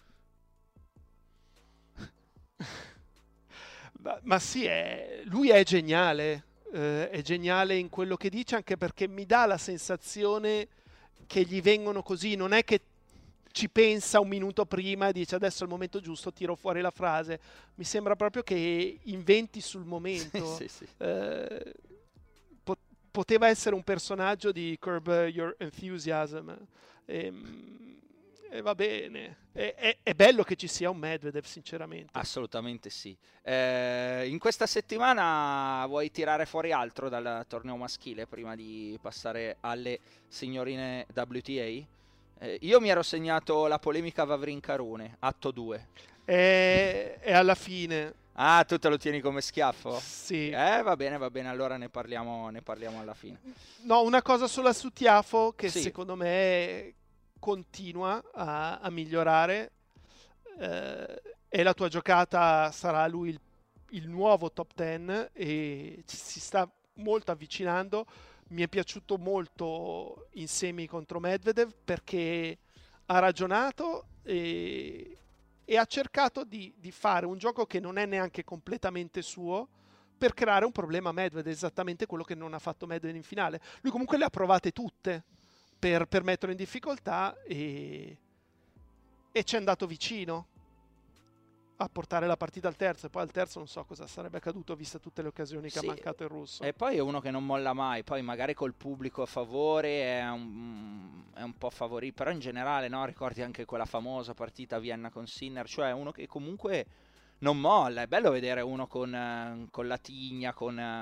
Ma sì, lui è geniale. È geniale in quello che dice, anche perché mi dà la sensazione che gli vengono così, non è che ci pensa un minuto prima e dice adesso è il momento giusto, tiro fuori la frase. Mi sembra proprio che inventi sul momento. Sì. Poteva essere un personaggio di Curb Your Enthusiasm e va bene. È bello che ci sia un Medvedev, sinceramente. Assolutamente sì. In questa settimana vuoi tirare fuori altro dal torneo maschile prima di passare alle signorine WTA? Io mi ero segnato la polemica Vavrinka-Rune, atto 2. È alla fine. Ah, tu te lo tieni come schiaffo? Sì. Va bene, allora ne parliamo alla fine. No, una cosa sola su Tiafoe che sì, secondo me continua a migliorare, e la tua giocata sarà lui il nuovo top 10 e si sta molto avvicinando. Mi è piaciuto molto in semi contro Medvedev perché ha ragionato e ha cercato di fare un gioco che non è neanche completamente suo per creare un problema a Medvedev, esattamente quello che non ha fatto Medvedev in finale. Lui comunque le ha provate tutte per metterlo in difficoltà e ci è andato vicino a portare la partita al terzo, e poi al terzo non so cosa sarebbe accaduto viste tutte le occasioni che ha mancato il russo. E poi è uno che non molla mai, poi magari col pubblico a favore è un po' favorito, però in generale no, ricordi anche quella famosa partita a Vienna con Sinner, cioè uno che comunque non molla. È bello vedere uno con la tigna,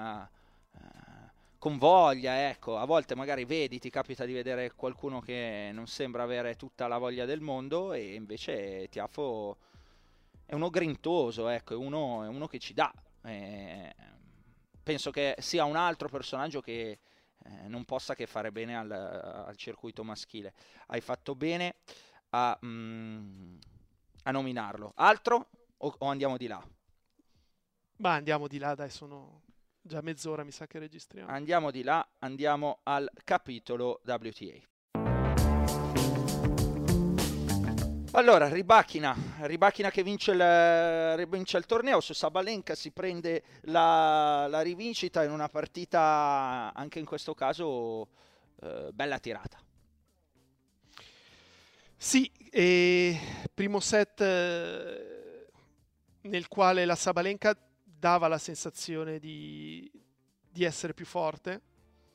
con voglia, ecco. A volte magari ti capita di vedere qualcuno che non sembra avere tutta la voglia del mondo e invece Tiafoe è uno grintoso, ecco, è uno che ci dà. Penso che sia un altro personaggio che non possa che fare bene al circuito maschile. Hai fatto bene a nominarlo. Altro o andiamo di là? Ma andiamo di là, dai, sono già mezz'ora, mi sa che registriamo. Andiamo di là, andiamo al capitolo WTA. Allora, Rybakina che vince il torneo. Su Sabalenka si prende la rivincita in una partita, anche in questo caso, bella tirata. Sì, primo set nel quale la Sabalenka dava la sensazione di essere più forte,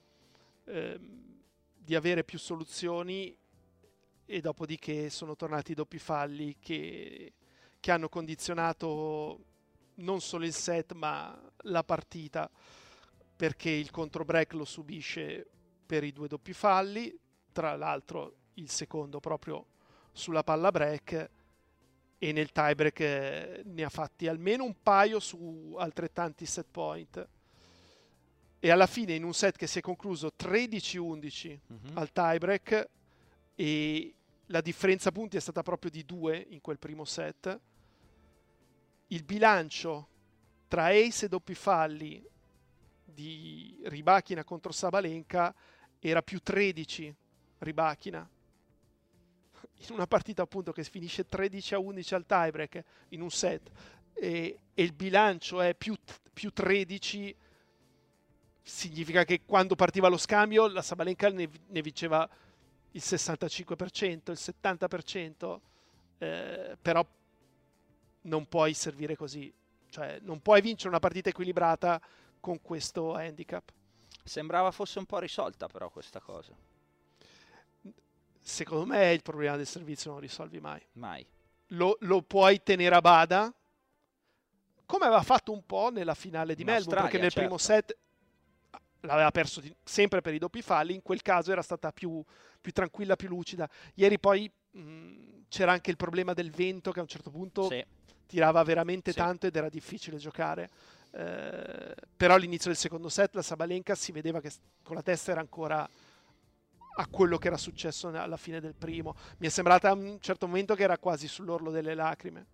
di avere più soluzioni, e dopodiché sono tornati i doppi falli che hanno condizionato non solo il set ma la partita, perché il controbreak lo subisce per i 2 doppi falli, tra l'altro il secondo proprio sulla palla break, e nel tiebreak ne ha fatti almeno un paio su altrettanti set point, e alla fine in un set che si è concluso 13-11 al tiebreak, e la differenza punti è stata proprio di 2 in quel primo set, il bilancio tra ace e doppi falli di Rybakina contro Sabalenka era più 13 Rybakina, in una partita appunto che finisce 13-11 al tiebreak in un set, e il bilancio è più 13, significa che quando partiva lo scambio la Sabalenka ne vinceva il 65%, il 70%, però non puoi servire così, cioè non puoi vincere una partita equilibrata con questo handicap. Sembrava fosse un po' risolta però questa cosa. Secondo me il problema del servizio non lo risolvi mai. Mai. Lo puoi tenere a bada, come aveva fatto un po' nella finale di Melbourne, perché nel primo set l'aveva perso sempre per i doppi falli, in quel caso era stata più tranquilla, più lucida. Ieri poi c'era anche il problema del vento, che a un certo punto tirava veramente tanto ed era difficile giocare. Però all'inizio del secondo set la Sabalenka si vedeva che con la testa era ancora a quello che era successo alla fine del primo. Mi è sembrata a un certo momento che era quasi sull'orlo delle lacrime.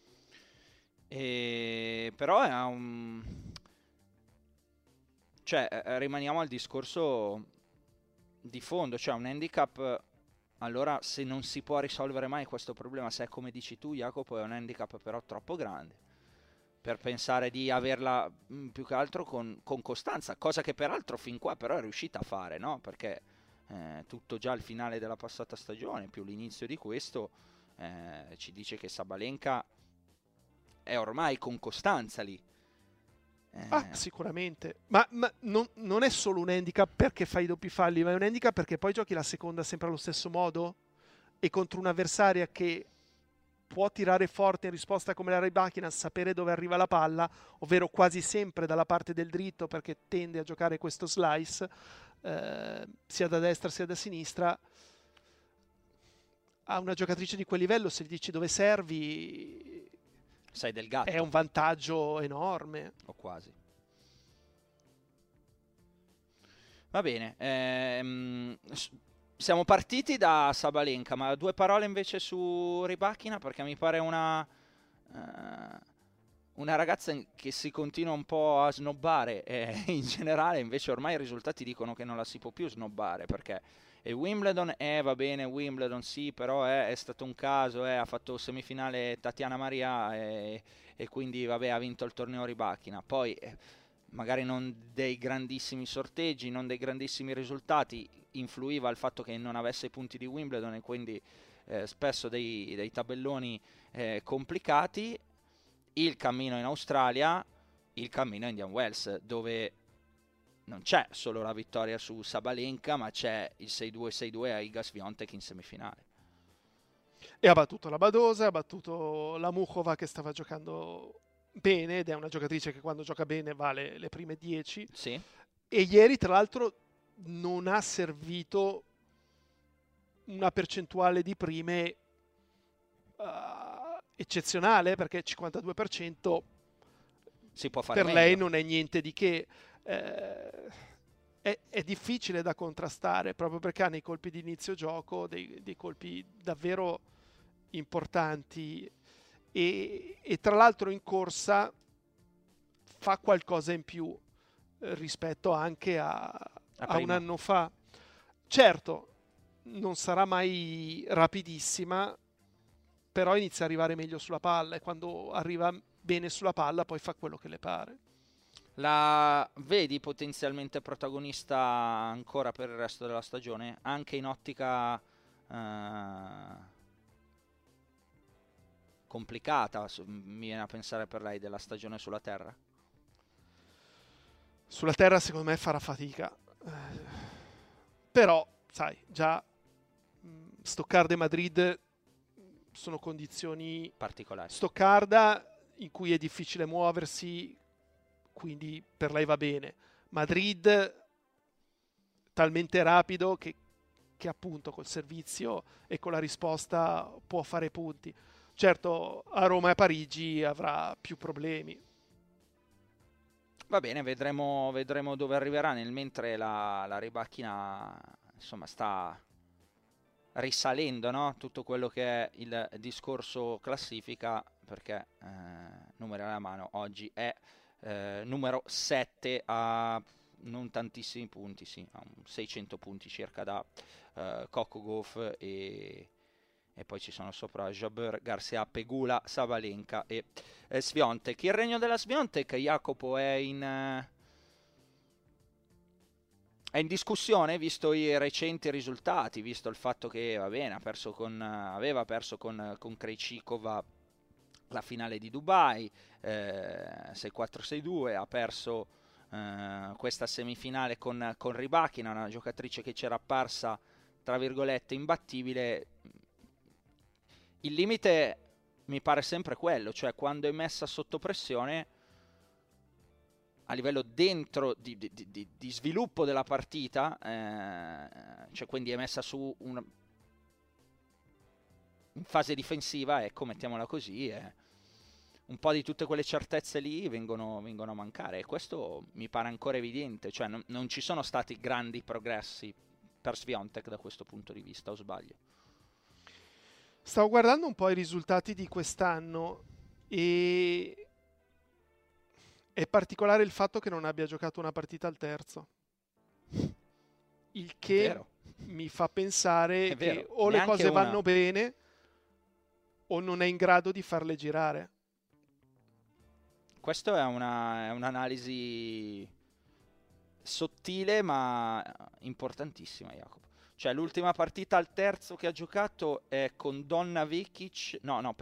Però è un... cioè rimaniamo al discorso di fondo, cioè un handicap. Allora, se non si può risolvere mai questo problema, se è come dici tu, Jacopo, è un handicap però troppo grande per pensare di averla più che altro con costanza, cosa che peraltro fin qua però è riuscita a fare, no? Perché tutto già il finale della passata stagione più l'inizio di questo ci dice che Sabalenka è ormai con costanza lì. Sicuramente, ma non è solo un handicap perché fai i doppi falli, ma è un handicap perché poi giochi la seconda sempre allo stesso modo e contro un'avversaria che può tirare forte in risposta come la Rybakina, sapere dove arriva la palla, ovvero quasi sempre dalla parte del dritto, perché tende a giocare questo slice sia da destra sia da sinistra. A una giocatrice di quel livello, se gli dici dove servi, sei del gatto. È un vantaggio enorme. O quasi. Va bene. Siamo partiti da Sabalenka, ma 2 parole invece su Rybakina, perché mi pare una ragazza che si continua un po' a snobbare, e in generale invece ormai i risultati dicono che non la si può più snobbare, perché e Wimbledon va bene, Wimbledon sì, però è stato un caso, ha fatto semifinale Tatiana Maria e quindi vabbè, ha vinto il torneo Rybakina. Poi magari non dei grandissimi sorteggi, non dei grandissimi risultati, influiva il fatto che non avesse i punti di Wimbledon e quindi spesso dei tabelloni complicati. Il cammino in Australia, il cammino a Indian Wells, dove non c'è solo la vittoria su Sabalenka, ma c'è il 6-2-6-2 a Iga Swiatek in semifinale. E ha battuto la Badosa, ha battuto la Muchova, che stava giocando bene, ed è una giocatrice che quando gioca bene vale le prime 10. Sì. E ieri, tra l'altro, non ha servito una percentuale di prime eccezionale, perché il 52% si può fare per meglio. lei non è niente di che. È difficile da contrastare, proprio perché ha nei colpi di inizio gioco dei colpi davvero importanti, e tra l'altro in corsa fa qualcosa in più rispetto anche a un anno fa. Certo, non sarà mai rapidissima, però inizia a arrivare meglio sulla palla, e quando arriva bene sulla palla poi fa quello che le pare. La vedi potenzialmente protagonista ancora per il resto della stagione? Anche in ottica complicata, mi viene a pensare per lei, della stagione sulla terra? Sulla terra secondo me farà fatica. Però, sai, già Stoccarda e Madrid sono condizioni particolari. Stoccarda in cui è difficile muoversi quindi per lei va bene. Madrid talmente rapido che appunto col servizio e con la risposta può fare punti. Certo, a Roma e a Parigi avrà più problemi. Va bene, vedremo dove arriverà, nel mentre la Rybakina insomma sta risalendo, no? Tutto quello che è il discorso classifica, perché numeri alla mano oggi è numero 7 a non tantissimi punti, sì, a 600 punti circa da Coco Gauff e poi ci sono sopra Jabeur, Garcia, Pegula, Sabalenka e Swiatek. Il regno della Swiatek, Jacopo, è in discussione, visto i recenti risultati, visto il fatto che va bene, aveva perso con Krejcikova la finale di Dubai, 6-4-6-2, ha perso questa semifinale con Rybakina, una giocatrice che c'era apparsa tra virgolette imbattibile. Il limite mi pare sempre quello, cioè quando è messa sotto pressione a livello dentro di sviluppo della partita, cioè quindi è messa su in fase difensiva, ecco, mettiamola così, un po' di tutte quelle certezze lì vengono a mancare, e questo mi pare ancora evidente, cioè non ci sono stati grandi progressi per Swiatek da questo punto di vista, o sbaglio? Stavo guardando un po' i risultati di quest'anno e è particolare il fatto che non abbia giocato una partita al terzo, il che mi fa pensare che o le cose vanno bene o non è in grado di farle girare. Questo è un'analisi sottile ma importantissima, Jacopo. Cioè l'ultima partita al terzo che ha giocato è con Donna Vekic,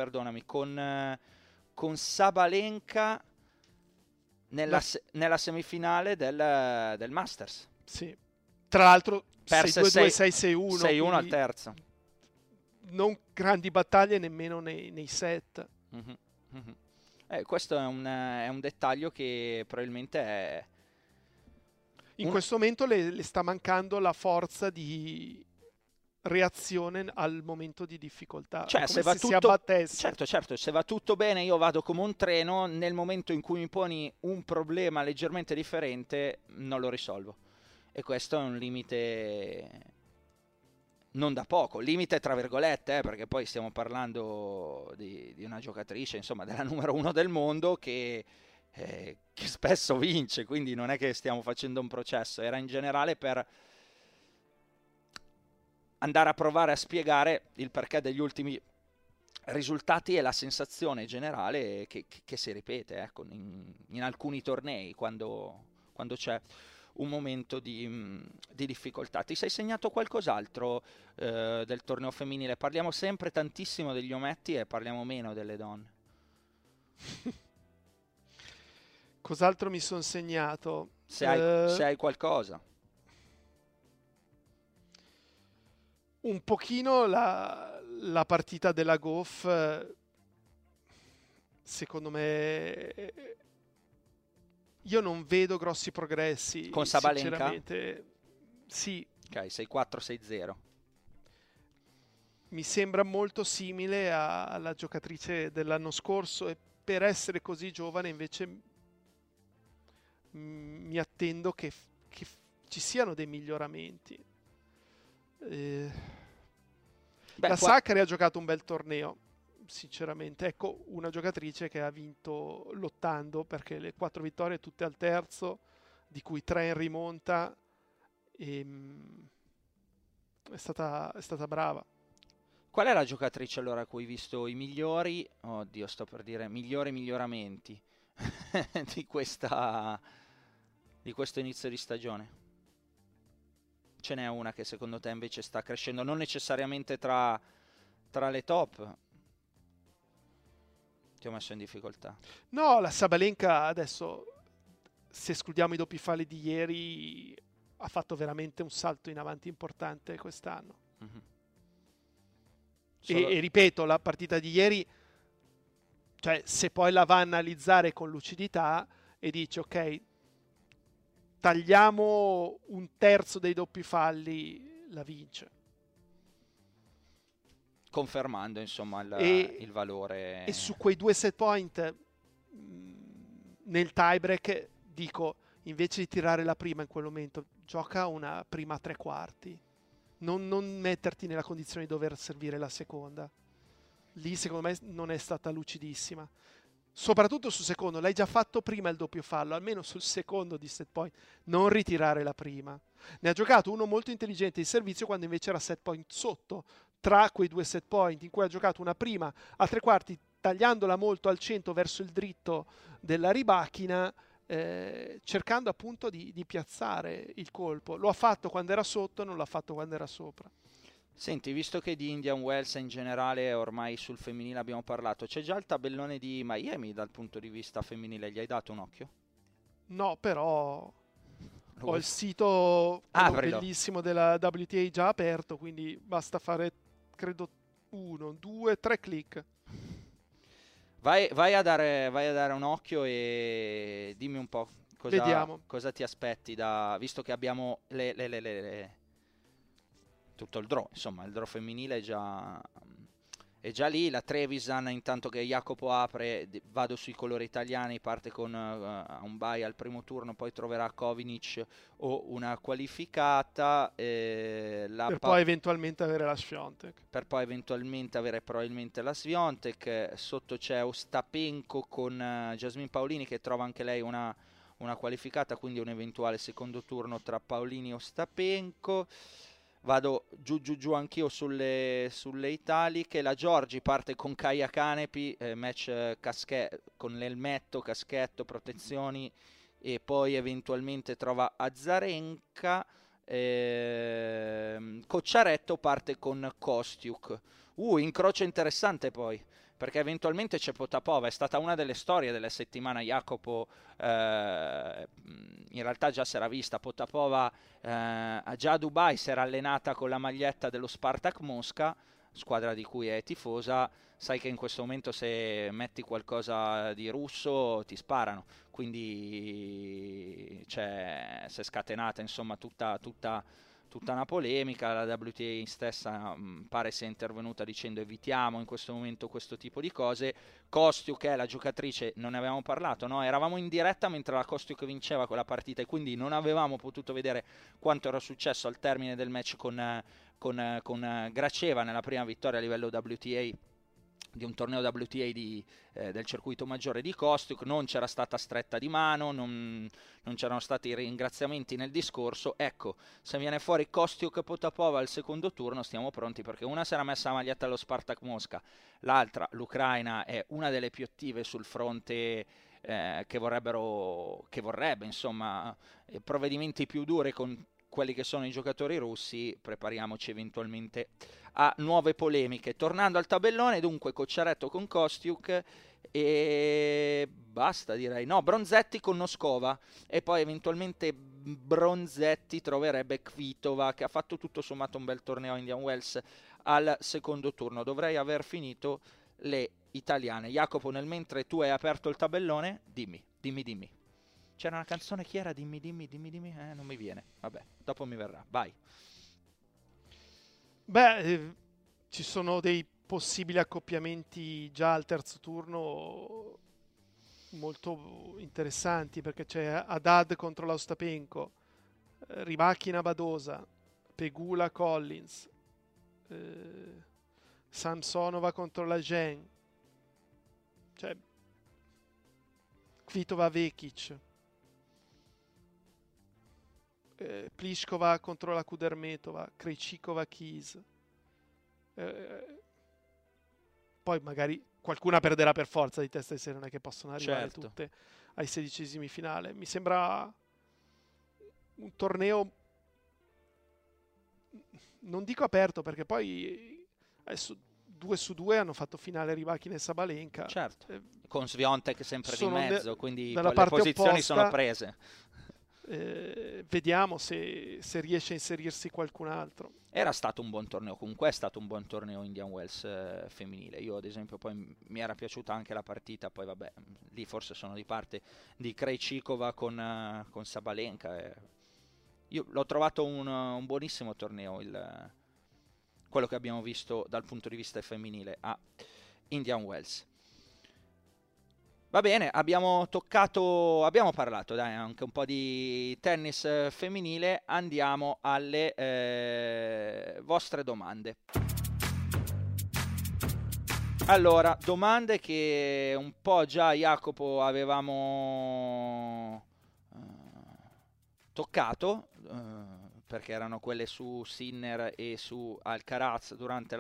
con Sabalenka nella semifinale del Masters. Sì. Tra l'altro 6-2-2, 6-6-6-1. 6-1 al terzo. Non grandi battaglie nemmeno nei set. Mm-hmm. Mm-hmm. Questo è un dettaglio che probabilmente è... In questo momento le sta mancando la forza di reazione al momento di difficoltà. Cioè, se si abbattesse. Certo, se va tutto bene io vado come un treno, nel momento in cui mi poni un problema leggermente differente non lo risolvo. E questo è un limite non da poco, limite tra virgolette, perché poi stiamo parlando di una giocatrice, insomma, della numero 1 del mondo che spesso vince, quindi non è che stiamo facendo un processo, era in generale per andare a provare a spiegare il perché degli ultimi risultati e la sensazione generale che si ripete, ecco, in alcuni tornei quando c'è un momento di difficoltà. Ti sei segnato qualcos'altro del torneo femminile? Parliamo sempre tantissimo degli ometti e parliamo meno delle donne. Cos'altro mi sono segnato? Se hai qualcosa. Un pochino la partita della Gauff, secondo me, io non vedo grossi progressi. Con Sabalenka? Sinceramente, sì. Ok, 6-4-6-0. Mi sembra molto simile alla giocatrice dell'anno scorso e per essere così giovane invece mi attendo che ci siano dei miglioramenti. La Sakkari ha giocato un bel torneo, sinceramente. Ecco, una giocatrice che ha vinto lottando, perché le 4 vittorie tutte al terzo, di cui 3 in rimonta, è stata brava. Qual è la giocatrice allora a cui hai visto i migliori, oddio sto per dire, miglioramenti di questo inizio di stagione? Ce n'è una che secondo te invece sta crescendo, non necessariamente tra le top? Ti ho messo in difficoltà. No, la Sabalenka adesso, se escludiamo i doppi falli di ieri, ha fatto veramente un salto in avanti importante quest'anno. Mm-hmm. E ripeto, la partita di ieri, cioè se poi la va a analizzare con lucidità, e dici ok, tagliamo un terzo dei doppi falli, la vince. Confermando insomma il valore. E su quei 2 set point nel tiebreak dico, invece di tirare la prima in quel momento, gioca una prima a 3/4, non metterti nella condizione di dover servire la seconda. Lì secondo me non è stata lucidissima, soprattutto sul secondo. L'hai già fatto prima il doppio fallo, almeno sul secondo di set point non ritirare la prima. Ne ha giocato uno molto intelligente di servizio quando invece era set point sotto, tra quei 2 set point in cui ha giocato una prima a 3/4 tagliandola molto al centro verso il dritto della ribacchina, cercando appunto di piazzare il colpo. Lo ha fatto quando era sotto, non l'ha fatto quando era sopra. Senti, visto che di Indian Wells in generale ormai sul femminile abbiamo parlato, c'è già il tabellone di Miami dal punto di vista femminile, gli hai dato un occhio? No, però ho il sito bellissimo della WTA già aperto, quindi basta fare, credo, 1, 2, 3 click. Vai a dare un occhio e dimmi un po' cosa ti aspetti visto che abbiamo tutto il draw, insomma il draw femminile è già lì. La Trevisan, intanto che Jacopo apre, vado sui colori italiani, parte con un bye al primo turno, poi troverà Kovinic o una qualificata per poi eventualmente avere la Swiatek, probabilmente la Swiatek. Sotto c'è Ostapenko con Jasmine Paolini, che trova anche lei una qualificata, quindi un eventuale secondo turno tra Paolini e Ostapenko. Vado giù anch'io sulle italiche. La Giorgi parte con Kaia Kanepi, match con l'elmetto, caschetto, protezioni, e poi eventualmente trova Azarenka. Cocciaretto parte con Kostiuk. Incrocio interessante poi, perché eventualmente c'è Potapova. È stata una delle storie della settimana, Jacopo. In realtà già si era vista Potapova già a Dubai, si era allenata con la maglietta dello Spartak Mosca, squadra di cui è tifosa. Sai che in questo momento se metti qualcosa di russo ti sparano, quindi si è scatenata insomma tutta una polemica. La WTA stessa pare sia intervenuta dicendo evitiamo in questo momento questo tipo di cose. Kostiuk è la giocatrice, non ne avevamo parlato, no? Eravamo in diretta mentre la Kostiuk vinceva quella partita e quindi non avevamo potuto vedere quanto era successo al termine del match con Graceva nella prima vittoria a livello WTA di un torneo WTA del circuito maggiore di Kostiuk. Non c'era stata stretta di mano, non c'erano stati ringraziamenti nel discorso. Ecco, se viene fuori Kostiuk Potapova al secondo turno stiamo pronti, perché una si era messa la maglietta allo Spartak Mosca, l'altra, l'Ucraina, è una delle più attive sul fronte che vorrebbe insomma provvedimenti più duri con quelli che sono i giocatori russi. Prepariamoci eventualmente a nuove polemiche. Tornando al tabellone, dunque Cocciaretto con Kostiuk e basta, direi. No, Bronzetti con Noskova, e poi eventualmente Bronzetti troverebbe Kvitova, che ha fatto tutto sommato un bel torneo a Indian Wells al secondo turno. Dovrei aver finito le italiane. Jacopo, nel mentre tu hai aperto il tabellone, dimmi. C'era una canzone, chi era? Dimmi. Non mi viene. Vabbè, dopo mi verrà. Vai. Ci sono dei possibili accoppiamenti già al terzo turno molto interessanti, perché c'è Haddad contro l'Ostapenko, Rybakina Badosa, Pegula Collins, Samsonova contro la Gen, cioè Kvitova Vekic, Pliskova contro la Kudermetova, Krejcikova Keys. Poi magari qualcuna perderà per forza di testa di serie, non è che possono arrivare tutte ai 16esimi finale. Mi sembra un torneo, non dico aperto, perché poi adesso 2 su 2 hanno fatto finale Rybakina e Sabalenka, con Swiatek sempre di mezzo, quindi le posizioni opposta, sono prese. Vediamo se riesce a inserirsi qualcun altro. Era stato un buon torneo, comunque è stato un buon torneo Indian Wells femminile. Io ad esempio poi mi era piaciuta anche la partita, poi vabbè, lì forse sono di parte di Krejcikova con Sabalenka. Io l'ho trovato un buonissimo torneo, quello che abbiamo visto dal punto di vista femminile a Indian Wells. Va bene, abbiamo parlato dai, anche un po' di tennis femminile, andiamo alle vostre domande. Allora, domande che un po' già Jacopo avevamo toccato, perché erano quelle su Sinner e su Alcaraz durante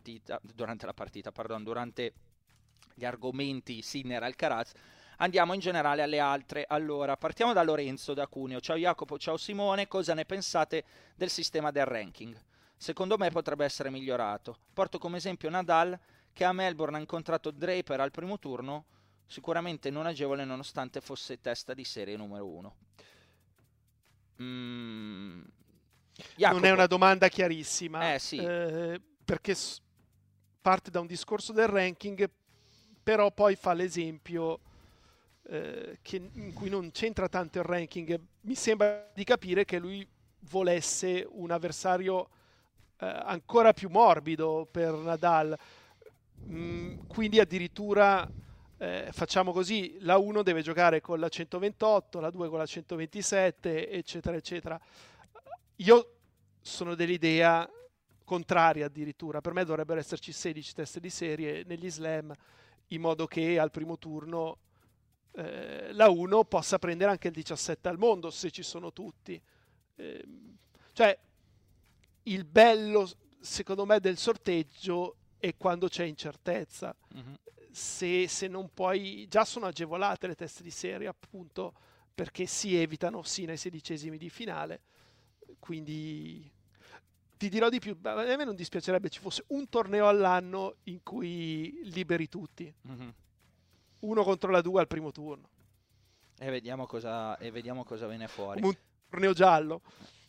gli argomenti Sinner-Alcaraz. Andiamo in generale alle altre. Allora, partiamo da Lorenzo da Cuneo. Ciao Jacopo, ciao Simone, cosa ne pensate del sistema del ranking? Secondo me potrebbe essere migliorato. Porto come esempio Nadal, che a Melbourne ha incontrato Draper al primo turno, sicuramente non agevole nonostante fosse testa di serie numero 1. Non è una domanda chiarissima, sì. Perché parte da un discorso del ranking, però poi fa l'esempio in cui non c'entra tanto il ranking. Mi sembra di capire che lui volesse un avversario ancora più morbido per Nadal, quindi addirittura facciamo così: la 1 deve giocare con la 128, la 2 con la 127, eccetera eccetera. Io sono dell'idea contraria addirittura. Per me dovrebbero esserci 16 teste di serie negli slam, in modo che al primo turno la 1 possa prendere anche il 17 al mondo, se ci sono tutti. Cioè, il bello, secondo me, del sorteggio è quando c'è incertezza. Mm-hmm. Se non puoi... Già sono agevolate le teste di serie, appunto, perché si evitano nei 16esimi di finale. Quindi... Ti dirò di più, a me non dispiacerebbe ci fosse un torneo all'anno in cui liberi tutti. Mm-hmm. 1 contro la 2 al primo turno. E vediamo cosa viene fuori. Come un torneo giallo.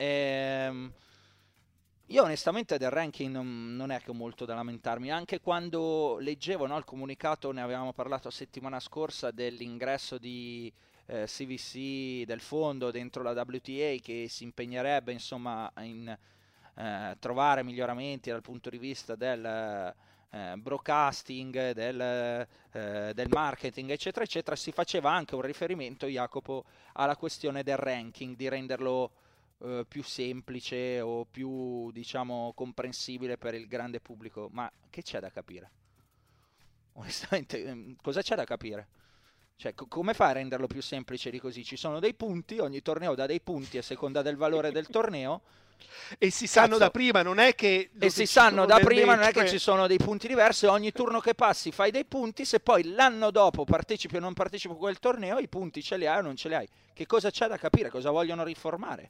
Io onestamente del ranking non è che ho molto da lamentarmi. Anche quando leggevo, no, il comunicato, ne avevamo parlato settimana scorsa, dell'ingresso di CVC, del fondo dentro la WTA, che si impegnerebbe insomma in... trovare miglioramenti dal punto di vista del broadcasting, del marketing, eccetera eccetera. Si faceva anche un riferimento, Jacopo, alla questione del ranking, di renderlo più semplice o più, diciamo, comprensibile per il grande pubblico. Ma che c'è da capire? Onestamente, cosa c'è da capire? Cioè, come fai a renderlo più semplice di così? Ci sono dei punti, ogni torneo dà dei punti a seconda del valore del torneo. E si sanno da prima, non è che... E si sanno da prima, non è che ci sono dei punti diversi. Ogni turno che passi fai dei punti. Se poi l'anno dopo partecipi o non partecipi a quel torneo, i punti ce li hai o non ce li hai. Che cosa c'è da capire? Cosa vogliono riformare?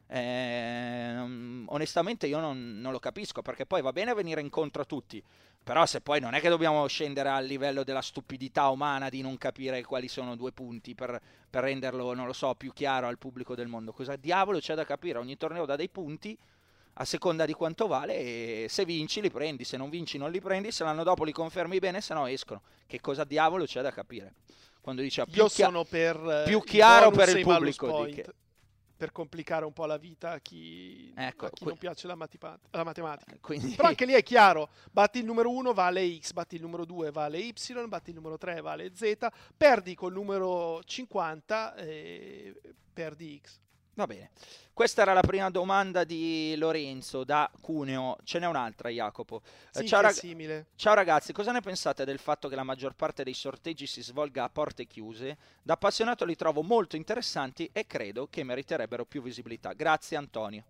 Onestamente io non lo capisco, perché poi va bene venire incontro a tutti, però se poi non è che dobbiamo scendere al livello della stupidità umana di non capire quali sono 2 punti per renderlo, non lo so, più chiaro al pubblico del mondo. Cosa diavolo c'è da capire? Ogni torneo dà dei punti a seconda di quanto vale, e se vinci li prendi, se non vinci non li prendi, se l'anno dopo li confermi bene, se no escono. Che cosa diavolo c'è da capire? Quando dice sono per più chiaro per il pubblico, per complicare un po' la vita a chi non piace la matematica. Quindi... Però anche lì è chiaro: batti il numero 1 vale X, batti il numero 2 vale Y, batti il numero 3 vale Z, perdi col numero 50 e perdi X. Va bene, questa era la prima domanda di Lorenzo da Cuneo. Ce n'è un'altra, Jacopo. Sì, simile. Ciao ragazzi, cosa ne pensate del fatto che la maggior parte dei sorteggi si svolga a porte chiuse? Da appassionato li trovo molto interessanti e credo che meriterebbero più visibilità. Grazie Antonio.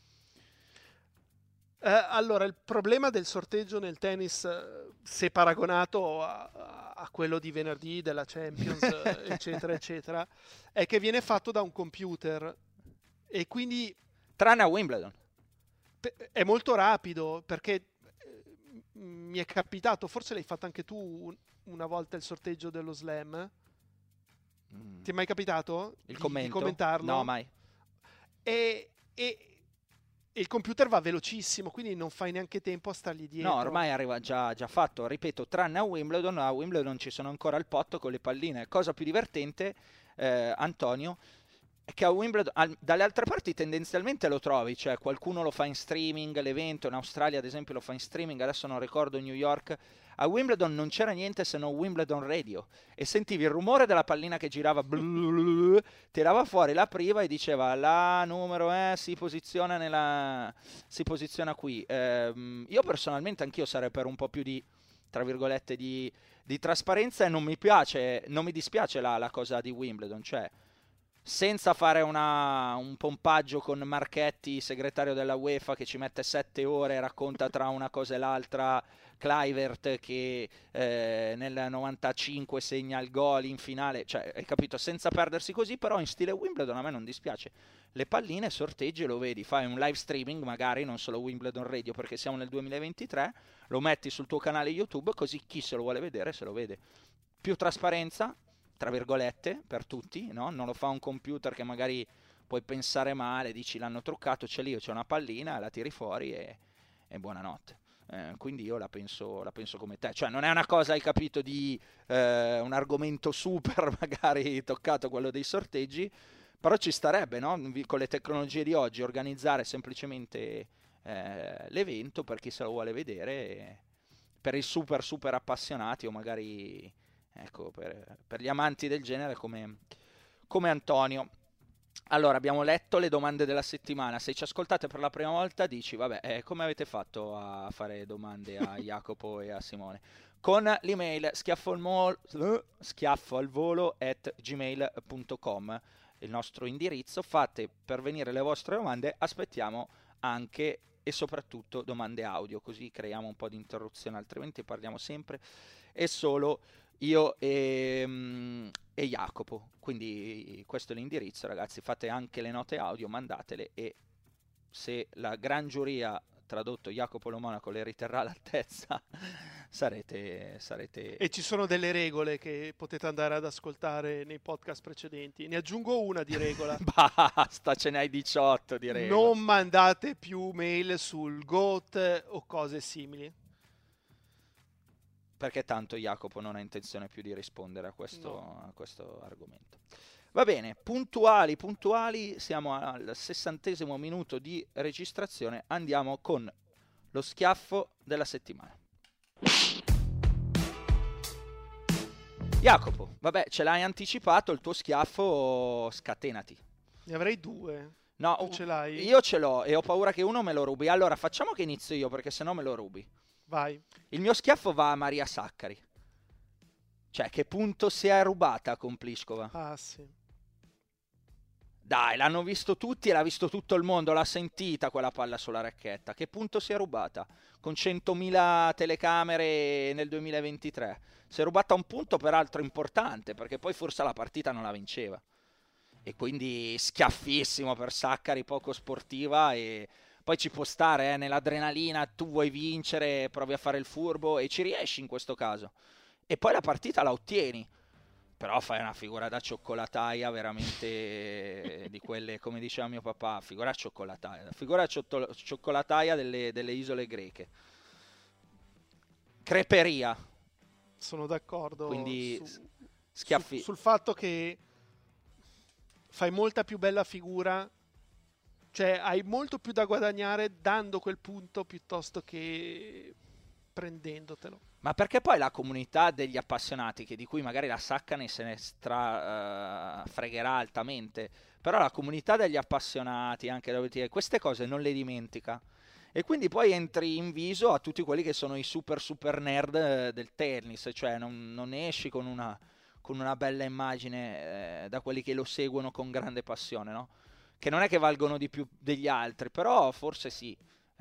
Allora, il problema del sorteggio nel tennis, se paragonato a quello di venerdì della Champions, eccetera, eccetera, è che viene fatto da un computer. E quindi, tranne a Wimbledon, è molto rapido, perché mi è capitato, forse l'hai fatto anche tu una volta, il sorteggio dello slam. Ti è mai capitato di commentarlo? No, mai. e il computer va velocissimo, quindi non fai neanche tempo a stargli dietro. No, ormai arriva già fatto, ripeto, tranne a Wimbledon ci sono ancora al potto con le palline. Cosa più divertente, Antonio, è che a Wimbledon, dalle altre parti tendenzialmente lo trovi, cioè qualcuno lo fa in streaming, l'evento in Australia ad esempio lo fa in streaming, adesso non ricordo New York. A Wimbledon non c'era niente se non Wimbledon Radio e sentivi il rumore della pallina che girava, tirava fuori, l'apriva e diceva la numero si posiziona qui. Io personalmente anch'io sarei per un po' più di, tra virgolette, di trasparenza, e non mi dispiace la cosa di Wimbledon, cioè senza fare un pompaggio con Marchetti, segretario della UEFA, che ci mette 7 ore e racconta tra una cosa e l'altra, Kluivert che nel 95 segna il gol in finale, cioè hai capito, senza perdersi così, però in stile Wimbledon a me non dispiace. Le palline sorteggi, lo vedi, fai un live streaming magari, non solo Wimbledon Radio perché siamo nel 2023, lo metti sul tuo canale YouTube, così chi se lo vuole vedere se lo vede. Più trasparenza, tra virgolette, per tutti, no? Non lo fa un computer che magari puoi pensare male, dici l'hanno truccato, c'è una pallina, la tiri fuori e buonanotte. Quindi io la penso come te, cioè non è una cosa, hai capito, di un argomento super magari toccato, quello dei sorteggi, però ci starebbe, no? Con le tecnologie di oggi organizzare semplicemente l'evento per chi se lo vuole vedere, per i super appassionati o magari, ecco, per gli amanti del genere come Antonio. Allora, abbiamo letto le domande della settimana. Se ci ascoltate per la prima volta dici, vabbè, come avete fatto a fare domande a Jacopo e a Simone? Con l'email schiaffo-al-volo@gmail.com, il nostro indirizzo. Fate pervenire le vostre domande, aspettiamo anche e soprattutto domande audio, così creiamo un po' di interruzione, altrimenti parliamo sempre e solo io e Jacopo. Quindi questo è l'indirizzo, ragazzi, fate anche le note audio, mandatele, e se la gran giuria, tradotto Jacopo Lo Monaco, le riterrà all'altezza, sarete... E ci sono delle regole che potete andare ad ascoltare nei podcast precedenti. Ne aggiungo una di regola. Basta, ce n'hai 18 di regola. Non mandate più mail sul GOAT o cose simili. Perché tanto Jacopo non ha intenzione più di rispondere a questo argomento. Va bene, puntuali, siamo al 60° minuto di registrazione, andiamo con lo schiaffo della settimana. Jacopo, vabbè, ce l'hai anticipato, il tuo schiaffo, scatenati. Ne avrei 2. No, tu ce l'hai? Io ce l'ho e ho paura che uno me lo rubi. Allora, facciamo che inizio io, perché sennò me lo rubi. Vai. Il mio schiaffo va a Maria Sakkari. Cioè, che punto si è rubata con Pliskova? Ah, sì. Dai, l'hanno visto tutti e l'ha visto tutto il mondo, l'ha sentita quella palla sulla racchetta. Che punto si è rubata? Con 100.000 telecamere nel 2023. Si è rubata un punto peraltro importante, perché poi forse la partita non la vinceva. E quindi schiaffissimo per Sakkari, poco sportiva, e poi ci può stare, nell'adrenalina, tu vuoi vincere, provi a fare il furbo e ci riesci in questo caso. E poi la partita la ottieni. Però fai una figura da cioccolataia veramente di quelle, come diceva mio papà, figura cioccolataia delle isole greche. Creperia. Sono d'accordo. Quindi schiaffi. Sul fatto che fai molta più bella figura, cioè hai molto più da guadagnare dando quel punto piuttosto che prendendotelo. Ma perché poi la comunità degli appassionati, che di cui magari la Saccani se ne fregherà altamente, però la comunità degli appassionati, anche queste cose non le dimentica, e quindi poi entri in viso a tutti quelli che sono i super nerd del tennis, cioè non esci con una bella immagine da quelli che lo seguono con grande passione, no? Che non è che valgono di più degli altri, però forse sì,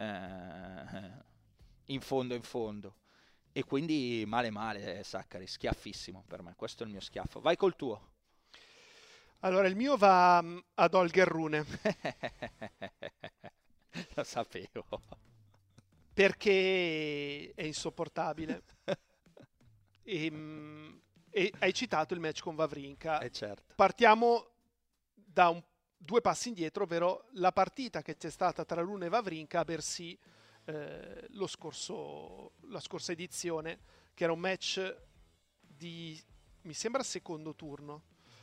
in fondo. E quindi male, Sakkari, schiaffissimo per me, questo è il mio schiaffo. Vai col tuo. Allora, il mio va ad Holger Rune. Lo sapevo. Perché è insopportabile. e hai citato il match con Wawrinka. Certo. Partiamo da due passi indietro, ovvero la partita che c'è stata tra Rune e Wawrinka a Bercy la scorsa edizione, che era un match di, mi sembra, secondo turno.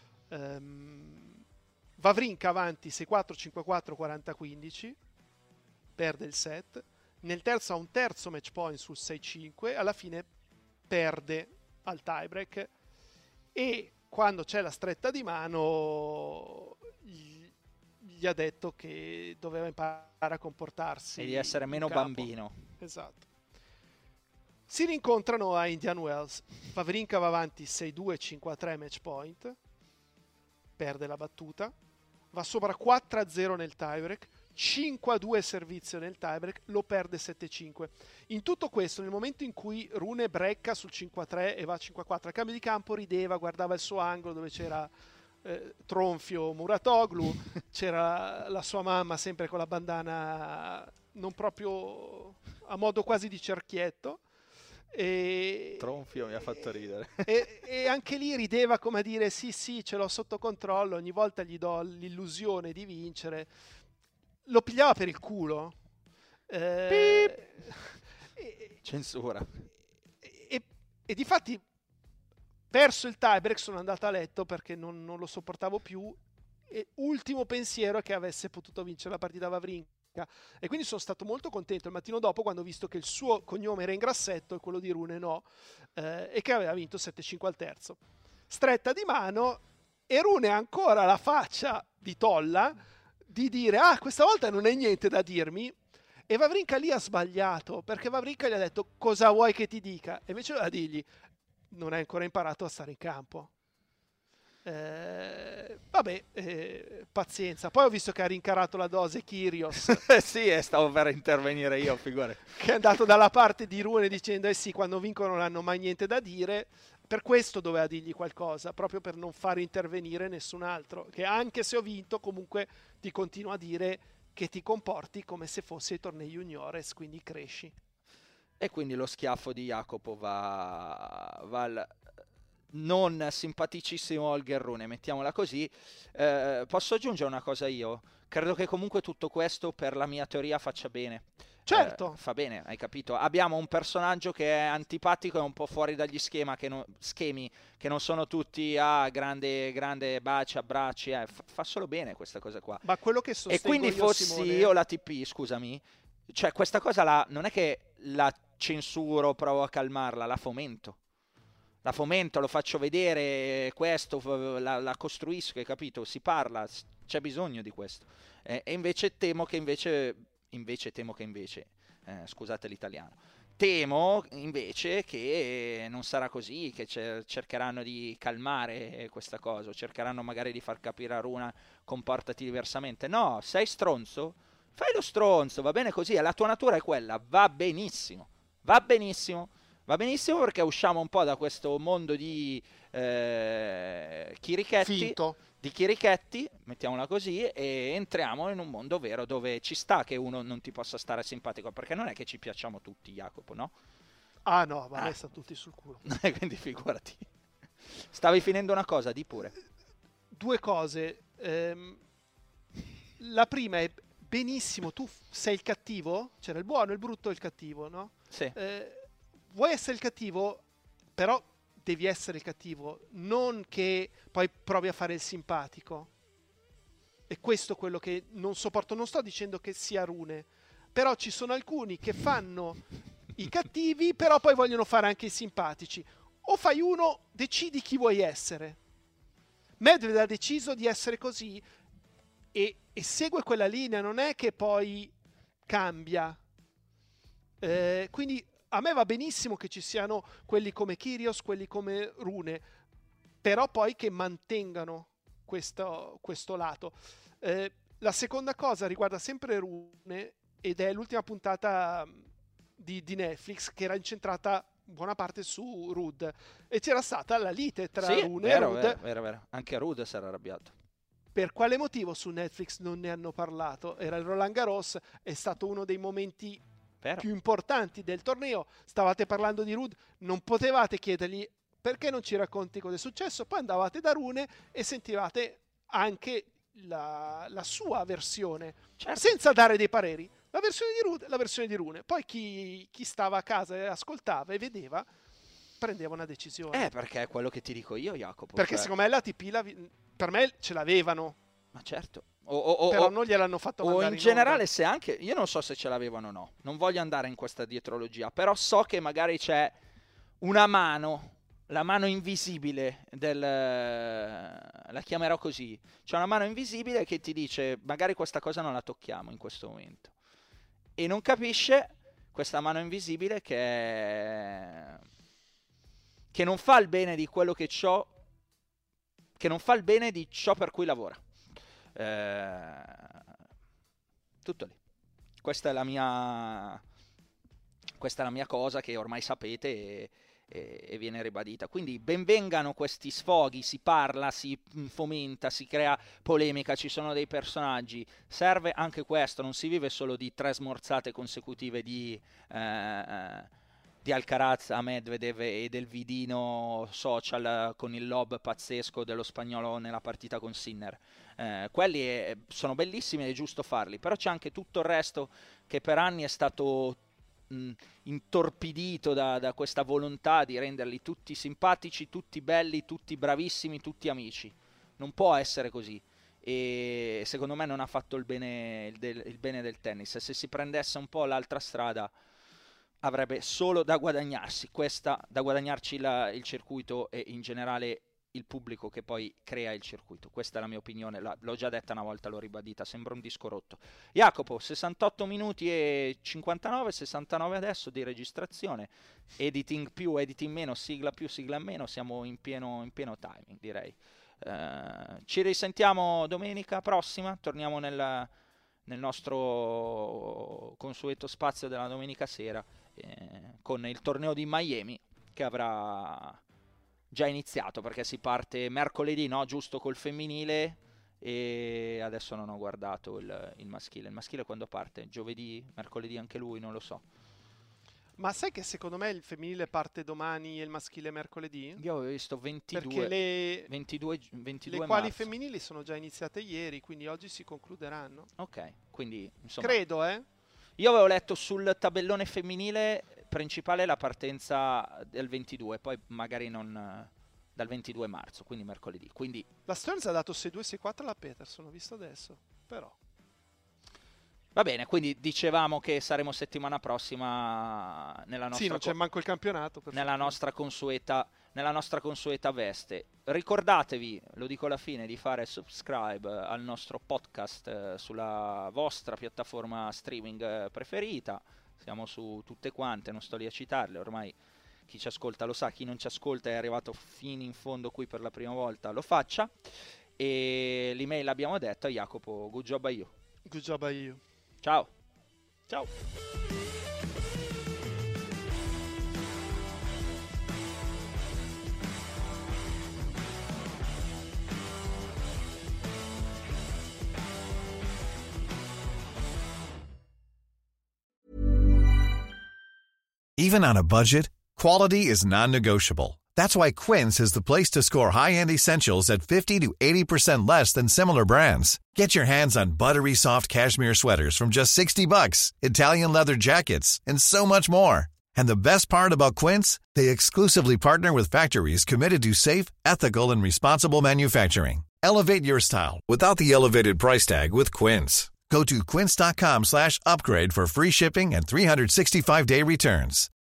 Wawrinka avanti 6-4, 5-4, 40-15, perde il set. Nel terzo ha un terzo match point sul 6-5, alla fine perde al tiebreak, e quando c'è la stretta di mano gli ha detto che doveva imparare a comportarsi e di essere meno bambino. Esatto. Si rincontrano a Indian Wells. Wawrinka va avanti 6-2, 5-3 match point, perde la battuta, va sopra 4-0 nel tiebreak, 5-2 servizio nel tiebreak, lo perde 7-5. In tutto questo, nel momento in cui Rune brecca sul 5-3 e va a 5-4, al cambio di campo rideva, guardava il suo angolo dove c'era Tronfio Muratoglu, c'era la sua mamma sempre con la bandana non proprio a modo quasi di cerchietto, e Tronfio mi ha fatto ridere. e anche lì rideva come a dire sì, ce l'ho sotto controllo, ogni volta gli do l'illusione di vincere. Lo pigliava per il culo. Censura. E difatti, perso il tiebreak, sono andato a letto perché non lo sopportavo più, e ultimo pensiero è che avesse potuto vincere la partita Wawrinka, e quindi sono stato molto contento il mattino dopo quando ho visto che il suo cognome era in grassetto e quello di Rune no, e che aveva vinto 7-5 al terzo. Stretta di mano, e Rune ha ancora la faccia di tolla di dire questa volta non hai niente da dirmi, e Wawrinka lì ha sbagliato, perché Wawrinka gli ha detto cosa vuoi che ti dica, e invece doveva dirgli non hai ancora imparato a stare in campo. Pazienza. Poi ho visto che ha rincarato la dose Kyrgios. Sì, stavo per intervenire io, figure. Che è andato dalla parte di Rune dicendo sì, quando vincono non hanno mai niente da dire. Per questo doveva dirgli qualcosa, proprio per non far intervenire nessun altro, che anche se ho vinto comunque ti continuo a dire che ti comporti come se fossi ai tornei juniores, quindi cresci. E quindi lo schiaffo di Jacopo va al non simpaticissimo Holger Rune, mettiamola così. Posso aggiungere una cosa io? Credo che comunque tutto questo per la mia teoria faccia bene. Certo. Fa bene, hai capito? Abbiamo un personaggio che è antipatico e un po' fuori dagli schemi, che non sono tutti grande baci, abbracci, fa solo bene questa cosa qua. Ma quello che sostengo e quindi io, fossi Simone... io l'ATP, scusami, cioè questa cosa non è che la censuro, provo a calmarla, la fomento, lo faccio vedere, questo, la costruisco, hai capito? Si parla, c'è bisogno di questo. E invece temo che scusate l'italiano, temo invece che non sarà così, che cercheranno di calmare questa cosa, cercheranno magari di far capire a Rune comportati diversamente. No, sei stronzo? Fai lo stronzo, va bene così, la tua natura è quella, va benissimo perché usciamo un po' da questo mondo di chirichetti, finto, di chirichetti, mettiamola così, e entriamo in un mondo vero dove ci sta che uno non ti possa stare simpatico, perché non è che ci piacciamo tutti, Jacopo, no? Ah no, ma me sta tutti sul culo. Quindi figurati. Stavi finendo una cosa, di pure. Due cose. La prima è benissimo, tu sei il cattivo, c'era il buono, il brutto e il cattivo, no? Sì. Vuoi essere il cattivo, però devi essere il cattivo, non che poi provi a fare il simpatico. E questo è quello che non sopporto. Non sto dicendo che sia Rune, però ci sono alcuni che fanno i cattivi, però poi vogliono fare anche i simpatici. O fai uno, decidi chi vuoi essere. Medvedev ha deciso di essere così e segue quella linea, non è che poi cambia. Quindi a me va benissimo che ci siano quelli come Kyrgios, quelli come Rune, però poi che mantengano questo lato. La seconda cosa riguarda sempre Rune, ed è l'ultima puntata di Netflix, che era incentrata buona parte su Ruud, e c'era stata la lite tra Rune e Ruud. Vero. Anche Ruud si era arrabbiato. Per quale motivo su Netflix non ne hanno parlato? Era il Roland Garros, è stato uno dei momenti più importanti del torneo. Stavate parlando di Ruud, non potevate chiedergli perché non ci racconti cosa è successo, poi andavate da Rune e sentivate anche la sua versione, Certo. senza dare dei pareri. La versione di Rude, la versione di Rune. Poi chi stava a casa e ascoltava e vedeva, prendeva una decisione. Perché è quello che ti dico io, Jacopo. Perché cioè- secondo me l'ATP per me ce l'avevano, Ma certo. però non gliel'hanno fatto o mandare in in generale, onda. se anche io non so se ce l'avevano o no, non voglio andare in questa dietrologia, però so che magari c'è una mano, la mano invisibile la chiamerò così, c'è una mano invisibile che ti dice magari questa cosa non la tocchiamo in questo momento, e non capisce questa mano invisibile che non fa il bene di quello che non fa il bene di ciò per cui lavora. Tutto lì. Questa è la mia cosa che ormai sapete e viene ribadita. Quindi benvengano questi sfoghi, si parla, si fomenta, si crea polemica, ci sono dei personaggi, serve anche questo, non si vive solo di 3 smorzate consecutive di Alcaraz a Medvedev e del vidino social con il lob pazzesco dello spagnolo nella partita con Sinner. Quelli sono bellissimi ed è giusto farli, però c'è anche tutto il resto che per anni è stato intorpidito da questa volontà di renderli tutti simpatici, tutti belli, tutti bravissimi, tutti amici. Non può essere così, e secondo me non ha fatto il bene del tennis. Se si prendesse un po' l'altra strada avrebbe solo da guadagnarsi il circuito e in generale il pubblico che poi crea il circuito. Questa è la mia opinione, l'ho già detta una volta, l'ho ribadita, sembra un disco rotto. Jacopo, 68 minuti e 59, 69 adesso di registrazione, editing più, editing meno, sigla più, sigla meno, siamo in pieno timing, direi. Ci risentiamo domenica prossima, torniamo nel nostro consueto spazio della domenica sera, con il torneo di Miami che avrà già iniziato, perché si parte mercoledì, no? Giusto, col femminile, e adesso non ho guardato il maschile. Il maschile quando parte? Giovedì? Mercoledì anche lui? Non lo so. Ma sai che secondo me il femminile parte domani e il maschile mercoledì? Io avevo visto 22, Perché le 22 quali marzo. femminili sono già iniziate ieri, quindi oggi si concluderanno. Ok, quindi insomma, Credo, io avevo letto sul tabellone femminile principale la partenza del 22, poi magari non dal 22 marzo, quindi mercoledì. Quindi La Stearns ha dato 6-2, 6-4 alla Peterson, ho visto adesso, però. va bene, quindi dicevamo che saremo settimana prossima nella nostra Sì, non c'è manco il campionato. Per nella nostra consueta veste. Ricordatevi, lo dico alla fine, di fare subscribe al nostro podcast sulla vostra piattaforma streaming preferita. Siamo su tutte quante, non sto lì a citarle, ormai chi ci ascolta lo sa, chi non ci ascolta è arrivato fino in fondo qui per la prima volta, lo faccia. E l'email l'abbiamo detto, a Jacopo, good job a you. Good job a you. Ciao. Ciao. Even on a budget, quality is non-negotiable. That's why Quince is the place to score high-end essentials at 50 to 80% less than similar brands. Get your hands on buttery soft cashmere sweaters from just $60, Italian leather jackets, and so much more. And the best part about Quince, they exclusively partner with factories committed to safe, ethical, and responsible manufacturing. Elevate your style without the elevated price tag with Quince. Go to quince.com/upgrade for free shipping and 365-day returns.